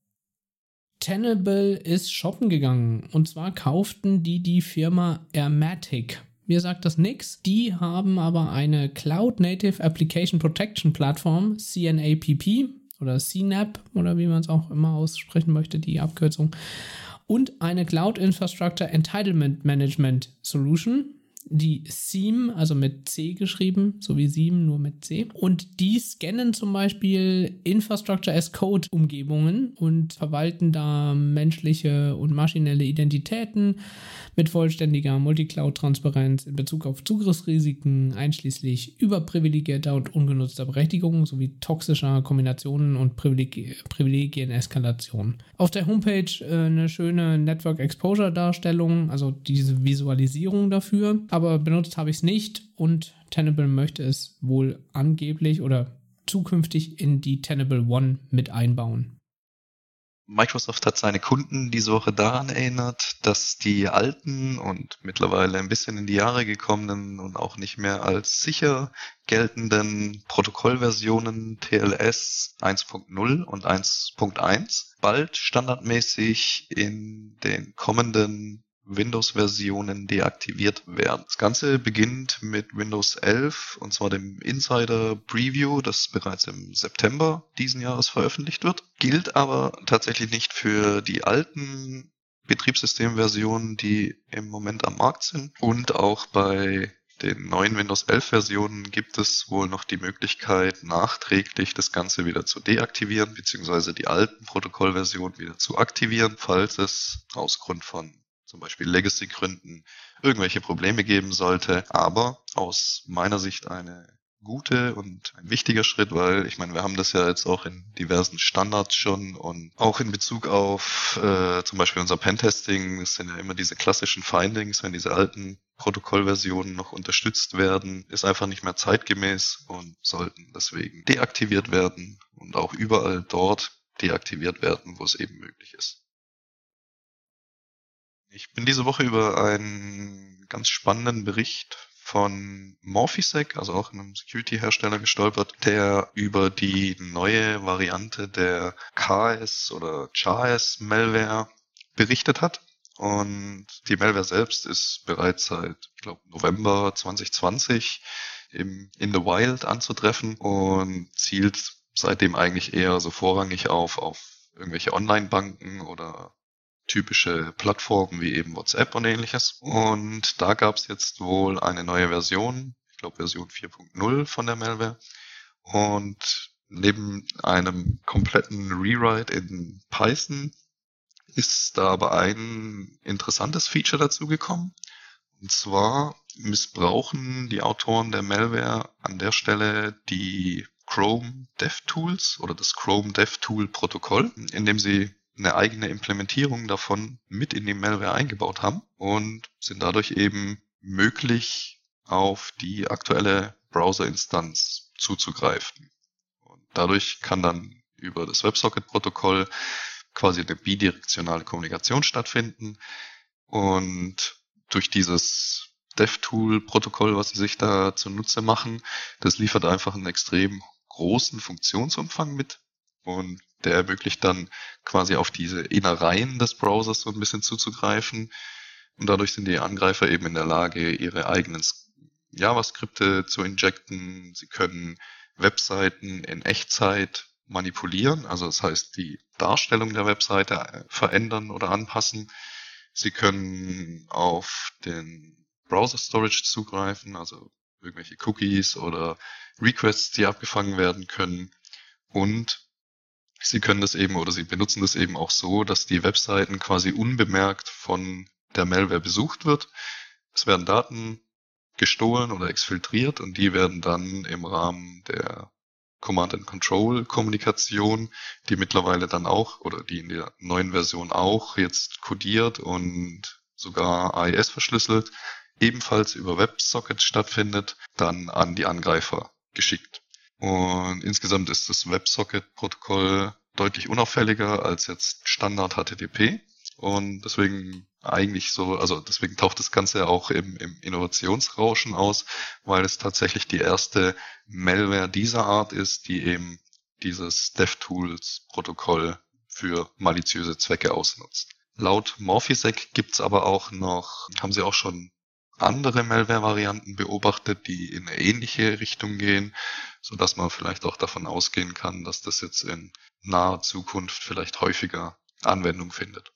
Tenable ist shoppen gegangen und zwar kauften die die Firma Ermatic. Mir sagt das nix. Die haben aber eine Cloud Native Application Protection Plattform, C N A P P oder C N A P oder wie man es auch immer aussprechen möchte, die Abkürzung. Und eine Cloud Infrastructure Entitlement Management Solution, die S I E M, also mit C geschrieben, so wie S I E M, nur mit C. Und die scannen zum Beispiel Infrastructure as Code Umgebungen und verwalten da menschliche und maschinelle Identitäten mit vollständiger Multicloud-Transparenz in Bezug auf Zugriffsrisiken, einschließlich überprivilegierter und ungenutzter Berechtigungen sowie toxischer Kombinationen und Privileg- Privilegien-Eskalation. Auf der Homepage äh, eine schöne Network Exposure-Darstellung, also diese Visualisierung dafür, aber benutzt habe ich es nicht und Tenable möchte es wohl angeblich oder zukünftig in die Tenable One mit einbauen. Microsoft hat seine Kunden diese Woche daran erinnert, dass die alten und mittlerweile ein bisschen in die Jahre gekommenen und auch nicht mehr als sicher geltenden Protokollversionen T L S eins Punkt null und eins Punkt eins bald standardmäßig in den kommenden Windows-Versionen deaktiviert werden. Das Ganze beginnt mit Windows elf, und zwar dem Insider Preview, das bereits im September diesen Jahres veröffentlicht wird. Gilt aber tatsächlich nicht für die alten Betriebssystemversionen, die im Moment am Markt sind. Und auch bei den neuen Windows elf Versionen gibt es wohl noch die Möglichkeit, nachträglich das Ganze wieder zu deaktivieren, beziehungsweise die alten Protokollversionen wieder zu aktivieren, falls es aus Grund von zum Beispiel Legacy-Gründen irgendwelche Probleme geben sollte. Aber aus meiner Sicht eine gute und ein wichtiger Schritt, weil ich meine, wir haben das ja jetzt auch in diversen Standards schon und auch in Bezug auf äh, zum Beispiel unser Pentesting, das sind ja immer diese klassischen Findings, wenn diese alten Protokollversionen noch unterstützt werden, ist einfach nicht mehr zeitgemäß und sollten deswegen deaktiviert werden und auch überall dort deaktiviert werden, wo es eben möglich ist. Ich bin diese Woche über einen ganz spannenden Bericht von Morphisec, also auch einem Security-Hersteller, gestolpert, der über die neue Variante der K S oder C H A S-Malware berichtet hat. Und die Malware selbst ist bereits seit, ich glaube, November zwanzig zwanzig im, in the Wild anzutreffen und zielt seitdem eigentlich eher so vorrangig auf, auf irgendwelche Online-Banken oder typische Plattformen wie eben WhatsApp und ähnliches. Und da gab es jetzt wohl eine neue Version, ich glaube Version vier Punkt null von der Malware. Und neben einem kompletten Rewrite in Python ist da aber ein interessantes Feature dazu gekommen. Und zwar missbrauchen die Autoren der Malware an der Stelle die Chrome DevTools oder das Chrome DevTool Protokoll, indem sie eine eigene Implementierung davon mit in die Malware eingebaut haben und sind dadurch eben möglich, auf die aktuelle Browser-Instanz zuzugreifen. Und dadurch kann dann über das WebSocket-Protokoll quasi eine bidirektionale Kommunikation stattfinden und durch dieses DevTool-Protokoll, was sie sich da zunutze machen, das liefert einfach einen extrem großen Funktionsumfang mit und der ermöglicht dann quasi auf diese Innereien des Browsers so ein bisschen zuzugreifen. Und dadurch sind die Angreifer eben in der Lage, ihre eigenen JavaScripte zu injecten. Sie können Webseiten in Echtzeit manipulieren, also das heißt die Darstellung der Webseite verändern oder anpassen. Sie können auf den Browser Storage zugreifen, also irgendwelche Cookies oder Requests, die abgefangen werden können. Und sie können das eben oder sie benutzen das eben auch so, dass die Webseiten quasi unbemerkt von der Malware besucht wird. Es werden Daten gestohlen oder exfiltriert und die werden dann im Rahmen der Command-and-Control-Kommunikation, die mittlerweile dann auch oder die in der neuen Version auch jetzt codiert und sogar A E S verschlüsselt, ebenfalls über WebSockets stattfindet, dann an die Angreifer geschickt. Und insgesamt ist das WebSocket-Protokoll deutlich unauffälliger als jetzt Standard H T T P und deswegen eigentlich so, also deswegen taucht das Ganze auch im, im Innovationsrauschen aus, weil es tatsächlich die erste Malware dieser Art ist, die eben dieses DevTools-Protokoll für maliziöse Zwecke ausnutzt. Laut Morphisec gibt's aber auch noch, haben sie auch schon andere Malware-Varianten beobachtet, die in eine ähnliche Richtung gehen, so dass man vielleicht auch davon ausgehen kann, dass das jetzt in naher Zukunft vielleicht häufiger Anwendung findet.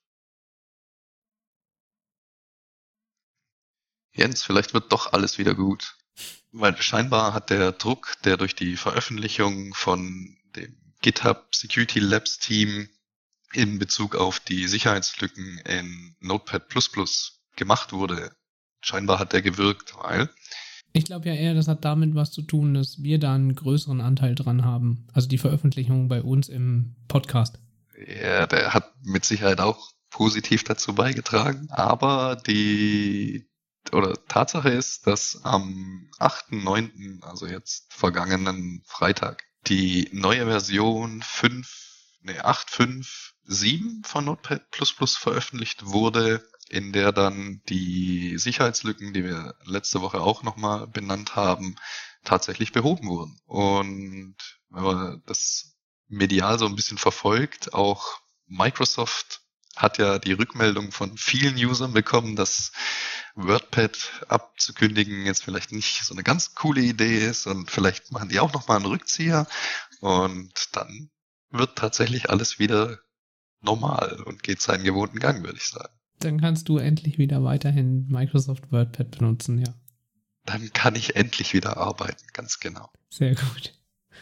Jens, vielleicht wird doch alles wieder gut, weil scheinbar hat der Druck, der durch die Veröffentlichung von dem GitHub Security Labs Team in Bezug auf die Sicherheitslücken in Notepad plus plus gemacht wurde, scheinbar hat der gewirkt, weil... Ich glaube ja eher, das hat damit was zu tun, dass wir da einen größeren Anteil dran haben. Also die Veröffentlichung bei uns im Podcast. Ja, der hat mit Sicherheit auch positiv dazu beigetragen. Aber die oder Tatsache ist, dass am achten neunten, also jetzt vergangenen Freitag, die neue Version fünf, nee, acht Punkt fünf Punkt sieben von Notepad plus plus veröffentlicht wurde, in der dann die Sicherheitslücken, die wir letzte Woche auch nochmal benannt haben, tatsächlich behoben wurden. Und wenn man das medial so ein bisschen verfolgt, auch Microsoft hat ja die Rückmeldung von vielen Usern bekommen, dass WordPad abzukündigen jetzt vielleicht nicht so eine ganz coole Idee ist und vielleicht machen die auch nochmal einen Rückzieher und dann wird tatsächlich alles wieder normal und geht seinen gewohnten Gang, würde ich sagen. Dann kannst du endlich wieder weiterhin Microsoft WordPad benutzen, ja. Dann kann ich endlich wieder arbeiten, ganz genau. Sehr gut.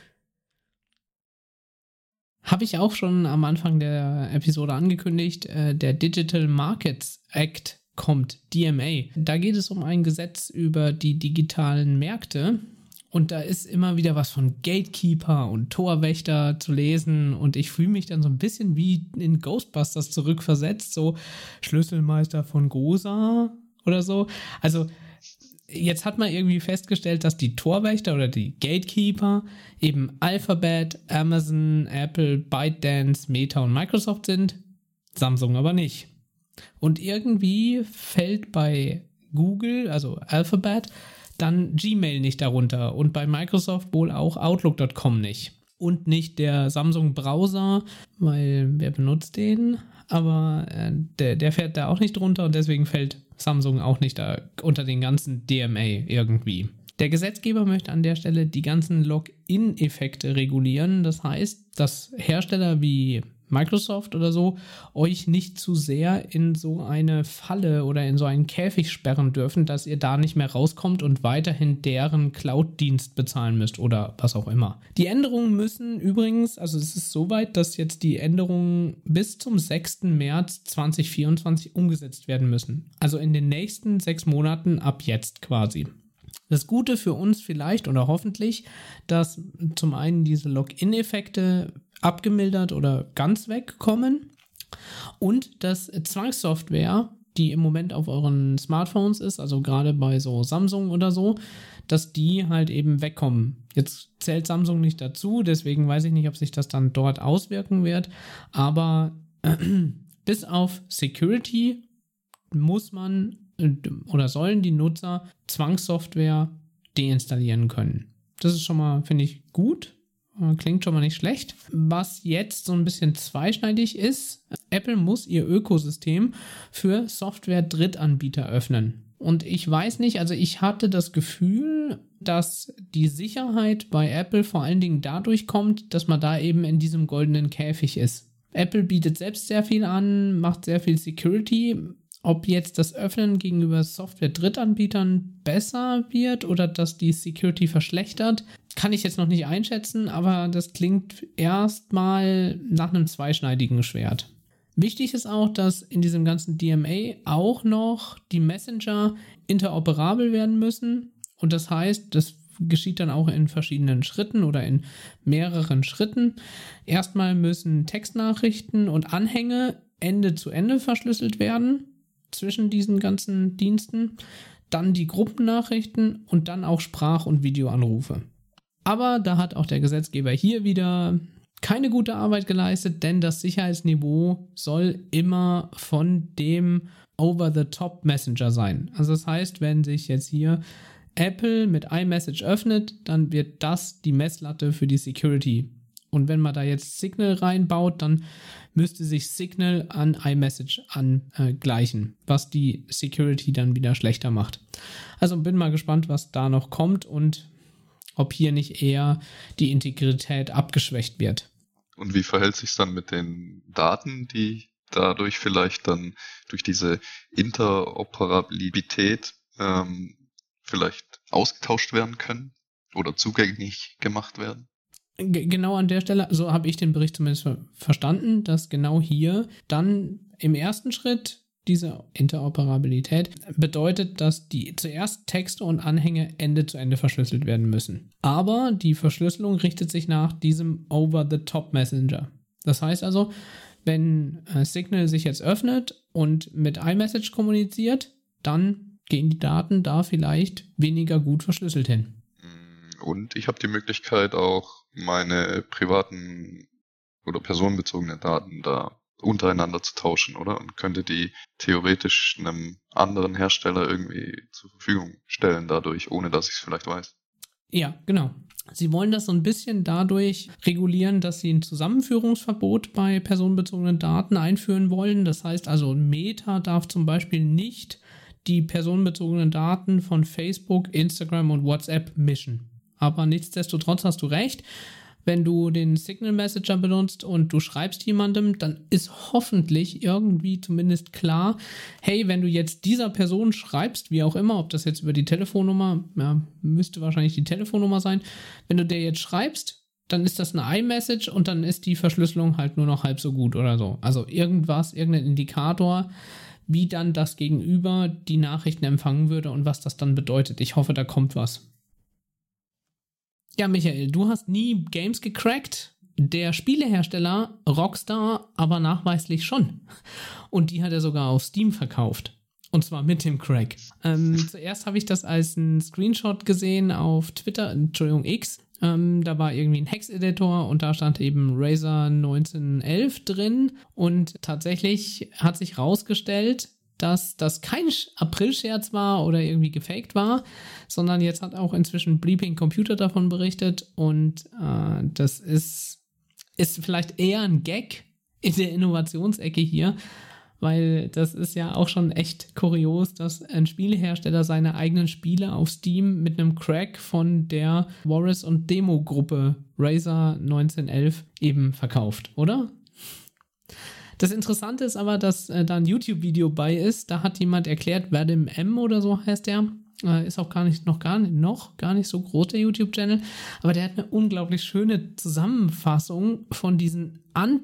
Habe ich auch schon am Anfang der Episode angekündigt, äh, der Digital Markets Act, kommt, D M A. Da geht es um ein Gesetz über die digitalen Märkte. Und da ist immer wieder was von Gatekeeper und Torwächter zu lesen. Und ich fühle mich dann so ein bisschen wie in Ghostbusters zurückversetzt. So Schlüsselmeister von Gosa oder so. Also jetzt hat man irgendwie festgestellt, dass die Torwächter oder die Gatekeeper eben Alphabet, Amazon, Apple, ByteDance, Meta und Microsoft sind. Samsung aber nicht. Und irgendwie fällt bei Google, also Alphabet, dann Gmail nicht darunter und bei Microsoft wohl auch Outlook Punkt com nicht. Und nicht der Samsung-Browser, weil wer benutzt den? Aber äh, der, der fährt da auch nicht drunter und deswegen fällt Samsung auch nicht da unter den ganzen D M A irgendwie. Der Gesetzgeber möchte an der Stelle die ganzen Login-Effekte regulieren. Das heißt, dass Hersteller wie Microsoft oder so euch nicht zu sehr in so eine Falle oder in so einen Käfig sperren dürfen, dass ihr da nicht mehr rauskommt und weiterhin deren Cloud-Dienst bezahlen müsst oder was auch immer. Die Änderungen müssen übrigens, also es ist soweit, dass jetzt die Änderungen bis zum sechsten März zweitausendvierundzwanzig umgesetzt werden müssen. Also in den nächsten sechs Monaten ab jetzt quasi. Das Gute für uns vielleicht oder hoffentlich, dass zum einen diese Login-Effekte abgemildert oder ganz wegkommen und dass Zwangssoftware, die im Moment auf euren Smartphones ist, also gerade bei so Samsung oder so, dass die halt eben wegkommen. Jetzt zählt Samsung nicht dazu, deswegen weiß ich nicht, ob sich das dann dort auswirken wird, aber äh, bis auf Security muss man äh, oder sollen die Nutzer Zwangssoftware deinstallieren können. Das ist schon mal, finde ich, gut. Klingt schon mal nicht schlecht. Was jetzt so ein bisschen zweischneidig ist, Apple muss ihr Ökosystem für Software-Drittanbieter öffnen. Und ich weiß nicht, also ich hatte das Gefühl, dass die Sicherheit bei Apple vor allen Dingen dadurch kommt, dass man da eben in diesem goldenen Käfig ist. Apple bietet selbst sehr viel an, macht sehr viel Security. Ob jetzt das Öffnen gegenüber Software-Drittanbietern besser wird oder dass die Security verschlechtert, kann ich jetzt noch nicht einschätzen, aber das klingt erstmal nach einem zweischneidigen Schwert. Wichtig ist auch, dass in diesem ganzen D M A auch noch die Messenger interoperabel werden müssen. Und das heißt, das geschieht dann auch in verschiedenen Schritten oder in mehreren Schritten. Erstmal müssen Textnachrichten und Anhänge Ende zu Ende verschlüsselt werden zwischen diesen ganzen Diensten, dann die Gruppennachrichten und dann auch Sprach- und Videoanrufe. Aber da hat auch der Gesetzgeber hier wieder keine gute Arbeit geleistet, denn das Sicherheitsniveau soll immer von dem Over-the-Top-Messenger sein. Also das heißt, wenn sich jetzt hier Apple mit iMessage öffnet, dann wird das die Messlatte für die Security. Und wenn man da jetzt Signal reinbaut, dann müsste sich Signal an iMessage angleichen, was die Security dann wieder schlechter macht. Also bin mal gespannt, was da noch kommt und ob hier nicht eher die Integrität abgeschwächt wird. Und wie verhält sich dann mit den Daten, die dadurch vielleicht dann durch diese Interoperabilität ähm, vielleicht ausgetauscht werden können oder zugänglich gemacht werden? Genau an der Stelle, so habe ich den Bericht zumindest ver- verstanden, dass genau hier dann im ersten Schritt diese Interoperabilität bedeutet, dass die zuerst Texte und Anhänge Ende zu Ende verschlüsselt werden müssen. Aber die Verschlüsselung richtet sich nach diesem Over-the-Top-Messenger. Das heißt also, wenn äh, Signal sich jetzt öffnet und mit iMessage kommuniziert, dann gehen die Daten da vielleicht weniger gut verschlüsselt hin. Und ich habe die Möglichkeit auch meine privaten oder personenbezogenen Daten da untereinander zu tauschen, oder? Und könnte die theoretisch einem anderen Hersteller irgendwie zur Verfügung stellen dadurch, ohne dass ich es vielleicht weiß. Ja, genau. Sie wollen das so ein bisschen dadurch regulieren, dass sie ein Zusammenführungsverbot bei personenbezogenen Daten einführen wollen. Das heißt also, Meta darf zum Beispiel nicht die personenbezogenen Daten von Facebook, Instagram und WhatsApp mischen. Aber nichtsdestotrotz hast du recht, wenn du den Signal Messenger benutzt und du schreibst jemandem, dann ist hoffentlich irgendwie zumindest klar, hey, wenn du jetzt dieser Person schreibst, wie auch immer, ob das jetzt über die Telefonnummer, ja, müsste wahrscheinlich die Telefonnummer sein, wenn du der jetzt schreibst, dann ist das eine iMessage und dann ist die Verschlüsselung halt nur noch halb so gut oder so. Also irgendwas, irgendein Indikator, wie dann das Gegenüber die Nachrichten empfangen würde und was das dann bedeutet. Ich hoffe, da kommt was. Ja, Michael, du hast nie Games gecrackt. Der Spielehersteller Rockstar aber nachweislich schon. Und die hat er sogar auf Steam verkauft. Und zwar mit dem Crack. Ähm, zuerst habe ich das als einen Screenshot gesehen auf Twitter, Entschuldigung, X. Ähm, da war irgendwie ein Hex-Editor und da stand eben Razer neunzehnhundertelf drin. Und tatsächlich hat sich rausgestellt, dass das kein April-Scherz war oder irgendwie gefaked war, sondern jetzt hat auch inzwischen Bleeping Computer davon berichtet und äh, das ist, ist vielleicht eher ein Gag in der Innovationsecke hier, weil das ist ja auch schon echt kurios, dass ein Spielehersteller seine eigenen Spiele auf Steam mit einem Crack von der Warris und Demo-Gruppe Razer neunzehnhundertelf eben verkauft, oder? Das Interessante ist aber, dass äh, da ein YouTube-Video bei ist. Da hat jemand erklärt, Vadim M oder so heißt der. Äh, ist auch gar nicht, noch gar nicht, noch gar nicht so groß, der YouTube-Channel. Aber der hat eine unglaublich schöne Zusammenfassung von diesen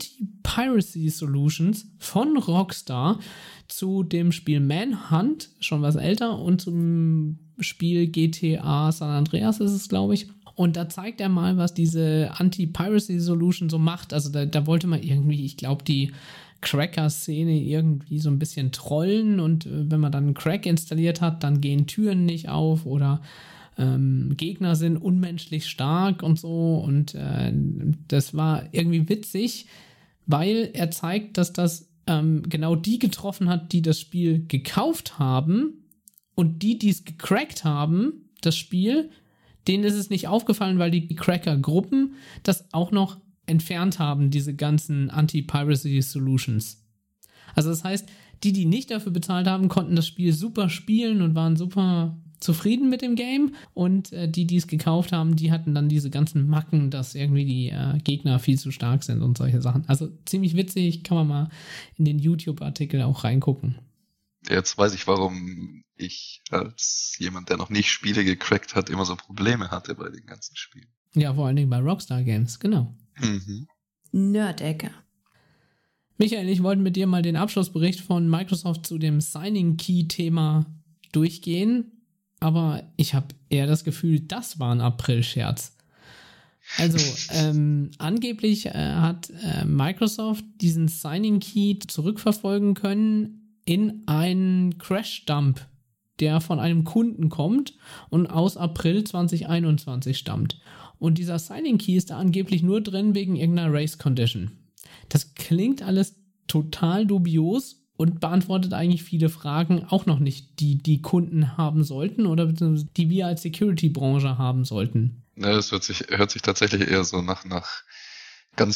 Anti-Piracy-Solutions von Rockstar zu dem Spiel Manhunt, schon was älter, und zum Spiel G T A San Andreas ist es, glaube ich. Und da zeigt er mal, was diese Anti-Piracy-Solution so macht. Also da, da wollte man irgendwie, ich glaube, die Cracker-Szene irgendwie so ein bisschen trollen. Und äh, wenn man dann einen Crack installiert hat, dann gehen Türen nicht auf oder ähm, Gegner sind unmenschlich stark und so. Und äh, das war irgendwie witzig, weil er zeigt, dass das ähm, genau die getroffen hat, die das Spiel gekauft haben. Und die, die es gecrackt haben, das Spiel, denen ist es nicht aufgefallen, weil die Cracker-Gruppen das auch noch entfernt haben, diese ganzen Anti-Piracy-Solutions. Also das heißt, die, die nicht dafür bezahlt haben, konnten das Spiel super spielen und waren super zufrieden mit dem Game. Und äh, die, die es gekauft haben, die hatten dann diese ganzen Macken, dass irgendwie die äh, Gegner viel zu stark sind und solche Sachen. Also ziemlich witzig, kann man mal in den YouTube-Artikel auch reingucken. Jetzt weiß ich, warum ich als jemand, der noch nicht Spiele gecrackt hat, immer so Probleme hatte bei den ganzen Spielen. Ja, vor allen Dingen bei Rockstar Games, genau. Mhm. Nerdecke. Michael, ich wollte mit dir mal den Abschlussbericht von Microsoft zu dem Signing-Key-Thema durchgehen, aber ich habe eher das Gefühl, das war ein April-Scherz. Also, ähm, angeblich äh, hat äh, Microsoft diesen Signing-Key zurückverfolgen können in einen Crash-Dump, der von einem Kunden kommt und aus April zwanzig einundzwanzig stammt. Und dieser Signing-Key ist da angeblich nur drin wegen irgendeiner Race-Condition. Das klingt alles total dubios und beantwortet eigentlich viele Fragen auch noch nicht, die die Kunden haben sollten oder beziehungsweise die wir als Security-Branche haben sollten. Ja, das hört sich, hört sich tatsächlich eher so nach, nach ganz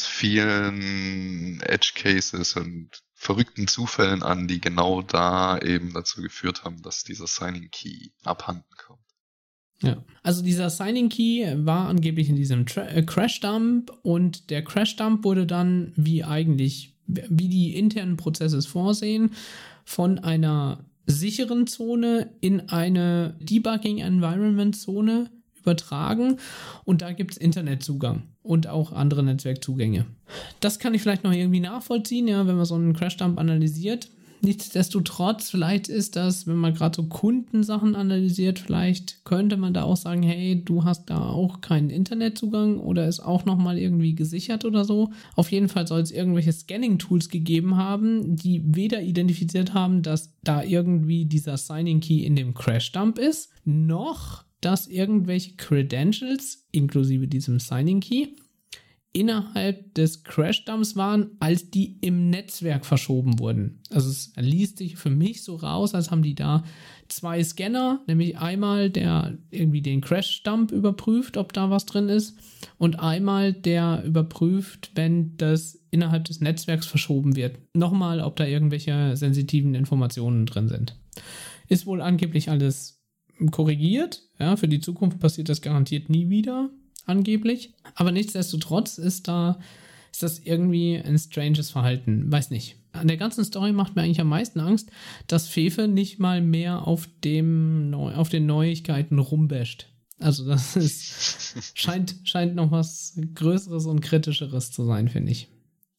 vielen Edge-Cases und verrückten Zufällen an, die genau da eben dazu geführt haben, dass dieser Signing-Key abhanden kommt. Ja, also dieser Signing-Key war angeblich in diesem Tra- äh, Crash-Dump und der Crash-Dump wurde dann, wie eigentlich, wie die internen Prozesse es vorsehen, von einer sicheren Zone in eine Debugging-Environment-Zone übertragen und da gibt es Internetzugang und auch andere Netzwerkzugänge. Das kann ich vielleicht noch irgendwie nachvollziehen, ja, wenn man so einen Crash-Dump analysiert. Nichtsdestotrotz, vielleicht ist das, wenn man gerade so Kundensachen analysiert, vielleicht könnte man da auch sagen, hey, du hast da auch keinen Internetzugang oder ist auch nochmal irgendwie gesichert oder so. Auf jeden Fall soll es irgendwelche Scanning-Tools gegeben haben, die weder identifiziert haben, dass da irgendwie dieser Signing-Key in dem Crash-Dump ist, noch dass irgendwelche Credentials, inklusive diesem Signing-Key, innerhalb des Crash-Dumps waren, als die im Netzwerk verschoben wurden. Also es liest sich für mich so raus, als haben die da zwei Scanner, nämlich einmal der irgendwie den Crash-Dump überprüft, ob da was drin ist, und einmal der überprüft, wenn das innerhalb des Netzwerks verschoben wird. Nochmal, ob da irgendwelche sensitiven Informationen drin sind. Ist wohl angeblich alles korrigiert. Ja, für die Zukunft passiert das garantiert nie wieder, angeblich. Aber nichtsdestotrotz ist da ist das irgendwie ein stranges Verhalten. Weiß nicht. An der ganzen Story macht mir eigentlich am meisten Angst, dass Fefe nicht mal mehr auf dem auf den Neuigkeiten rumbasht. Also das ist scheint, scheint noch was Größeres und Kritischeres zu sein, finde ich.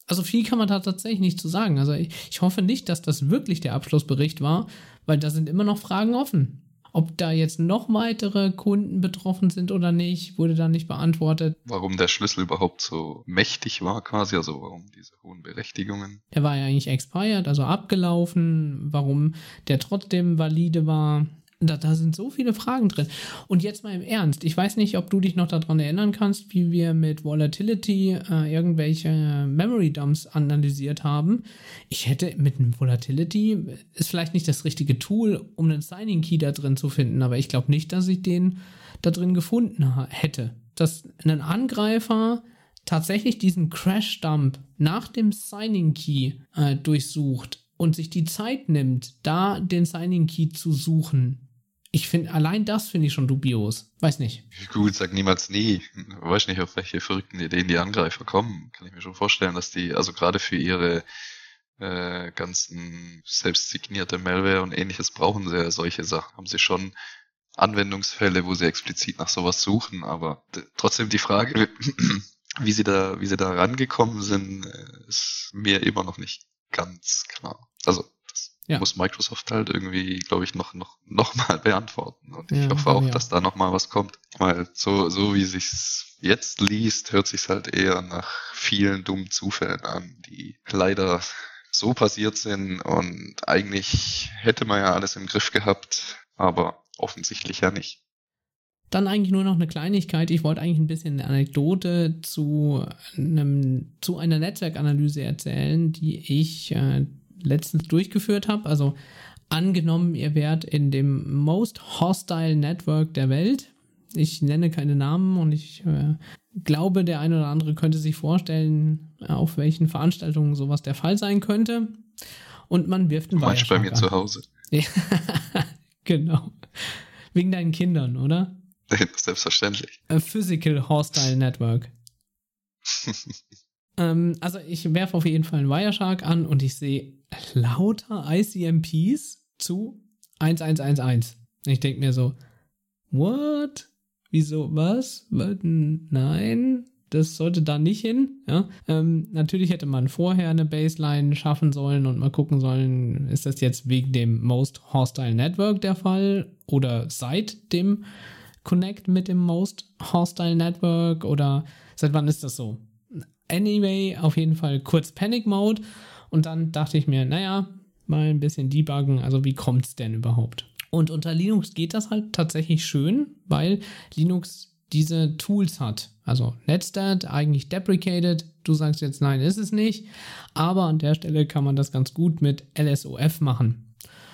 Also viel kann man da tatsächlich nicht zu sagen. Also ich, ich hoffe nicht, dass das wirklich der Abschlussbericht war, weil da sind immer noch Fragen offen. Ob da jetzt noch weitere Kunden betroffen sind oder nicht, wurde da nicht beantwortet. Warum der Schlüssel überhaupt so mächtig war quasi, also warum diese hohen Berechtigungen. Der war ja eigentlich expired, also abgelaufen. Warum der trotzdem valide war. Da, da sind so viele Fragen drin. Und jetzt mal im Ernst, ich weiß nicht, ob du dich noch daran erinnern kannst, wie wir mit Volatility äh, irgendwelche Memory Dumps analysiert haben. Ich hätte mit einem Volatility, ist vielleicht nicht das richtige Tool, um einen Signing Key da drin zu finden, aber ich glaube nicht, dass ich den da drin gefunden ha- hätte. Dass ein Angreifer tatsächlich diesen Crash Dump nach dem Signing Key äh, durchsucht und sich die Zeit nimmt, da den Signing Key zu suchen. Ich finde, allein das finde ich schon dubios. Weiß nicht. Gut, sag niemals nie. Ich weiß nicht, auf welche verrückten Ideen die Angreifer kommen. Kann ich mir schon vorstellen, dass die, also gerade für ihre äh, ganzen selbstsignierte Malware und ähnliches brauchen sie ja solche Sachen. Haben sie schon Anwendungsfälle, wo sie explizit nach sowas suchen, aber d- trotzdem die Frage, wie sie da, wie sie da rangekommen sind, ist mir immer noch nicht ganz klar. Also das ja. muss Microsoft halt irgendwie, glaube ich, noch noch noch mal beantworten. Und ich ja, hoffe auch, ja. dass da noch mal was kommt. Weil so so wie sich's jetzt liest, hört sich's halt eher nach vielen dummen Zufällen an, die leider so passiert sind. Und eigentlich hätte man ja alles im Griff gehabt, aber offensichtlich ja nicht. Dann eigentlich nur noch eine Kleinigkeit. Ich wollte eigentlich ein bisschen eine Anekdote zu, einem, zu einer Netzwerkanalyse erzählen, die ich äh, letztens durchgeführt habe. Also angenommen, ihr wärt in dem most hostile Network der Welt. Ich nenne keine Namen und ich äh, glaube, der eine oder andere könnte sich vorstellen, auf welchen Veranstaltungen sowas der Fall sein könnte. Und man wirft einen Wireshark bei mir an. zu Hause. Ja, genau. Wegen deinen Kindern, oder? Selbstverständlich. A Physical Hostile Network. ähm, also ich werfe auf jeden Fall einen Wireshark an und ich sehe lauter I C M Ps zu eins eins eins eins. Ich denke mir so, what? Wieso? Was? Nein, das sollte da nicht hin. Ja? Ähm, natürlich hätte man vorher eine Baseline schaffen sollen und mal gucken sollen, ist das jetzt wegen dem Most Hostile Network der Fall oder seit dem Connect mit dem Most Hostile Network oder seit wann ist das so? Anyway, auf jeden Fall kurz Panic Mode und dann dachte ich mir, naja, mal ein bisschen debuggen, also wie kommt es denn überhaupt? Und unter Linux geht das halt tatsächlich schön, weil Linux diese Tools hat. Also Netstat eigentlich deprecated, du sagst jetzt nein, ist es nicht, aber an der Stelle kann man das ganz gut mit L S O F machen.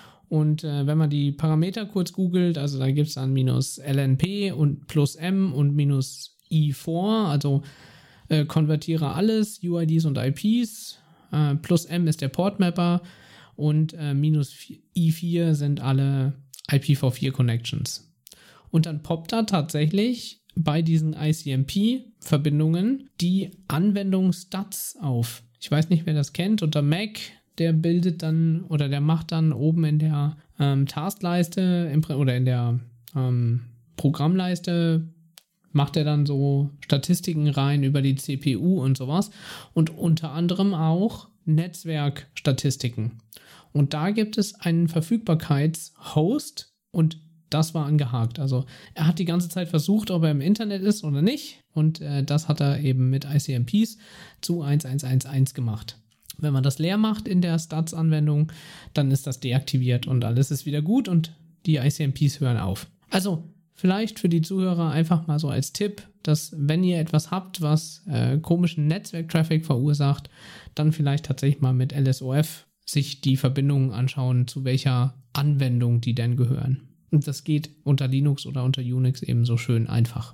Und äh, wenn man die Parameter kurz googelt, also da gibt es dann minus L N P und plus M und minus I vier, also äh, konvertiere alles, U I Ds und I Ps, äh, plus M ist der Portmapper und äh, minus I vier sind alle I P v vier Connections. Und dann poppt da tatsächlich bei diesen I C M P-Verbindungen die Anwendung Stats auf. Ich weiß nicht, wer das kennt, unter Mac. Der bildet dann oder der macht dann oben in der ähm, Taskleiste im, oder in der ähm, Programmleiste macht er dann so Statistiken rein über die C P U und sowas und unter anderem auch Netzwerkstatistiken. Und da gibt es einen Verfügbarkeitshost und das war angehakt. Also er hat die ganze Zeit versucht, ob er im Internet ist oder nicht und äh, das hat er eben mit I C M Ps zu eins eins eins eins gemacht. Wenn man das leer macht in der Stats-Anwendung, dann ist das deaktiviert und alles ist wieder gut und die I C M Ps hören auf. Also vielleicht für die Zuhörer einfach mal so als Tipp, dass wenn ihr etwas habt, was äh, komischen Netzwerk-Traffic verursacht, dann vielleicht tatsächlich mal mit L S O F sich die Verbindungen anschauen, zu welcher Anwendung die denn gehören. Und das geht unter Linux oder unter Unix eben so schön einfach.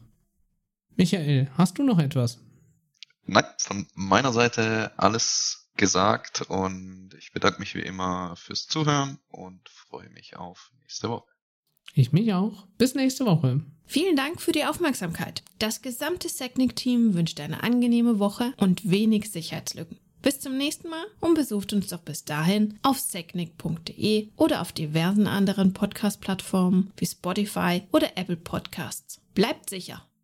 Michael, hast du noch etwas? Nein, von meiner Seite alles gesagt und ich bedanke mich wie immer fürs Zuhören und freue mich auf nächste Woche. Ich mich auch. Bis nächste Woche. Vielen Dank für die Aufmerksamkeit. Das gesamte Secnic-Team wünscht eine angenehme Woche und wenig Sicherheitslücken. Bis zum nächsten Mal und besucht uns doch bis dahin auf secnic punkt de oder auf diversen anderen Podcast-Plattformen wie Spotify oder Apple Podcasts. Bleibt sicher!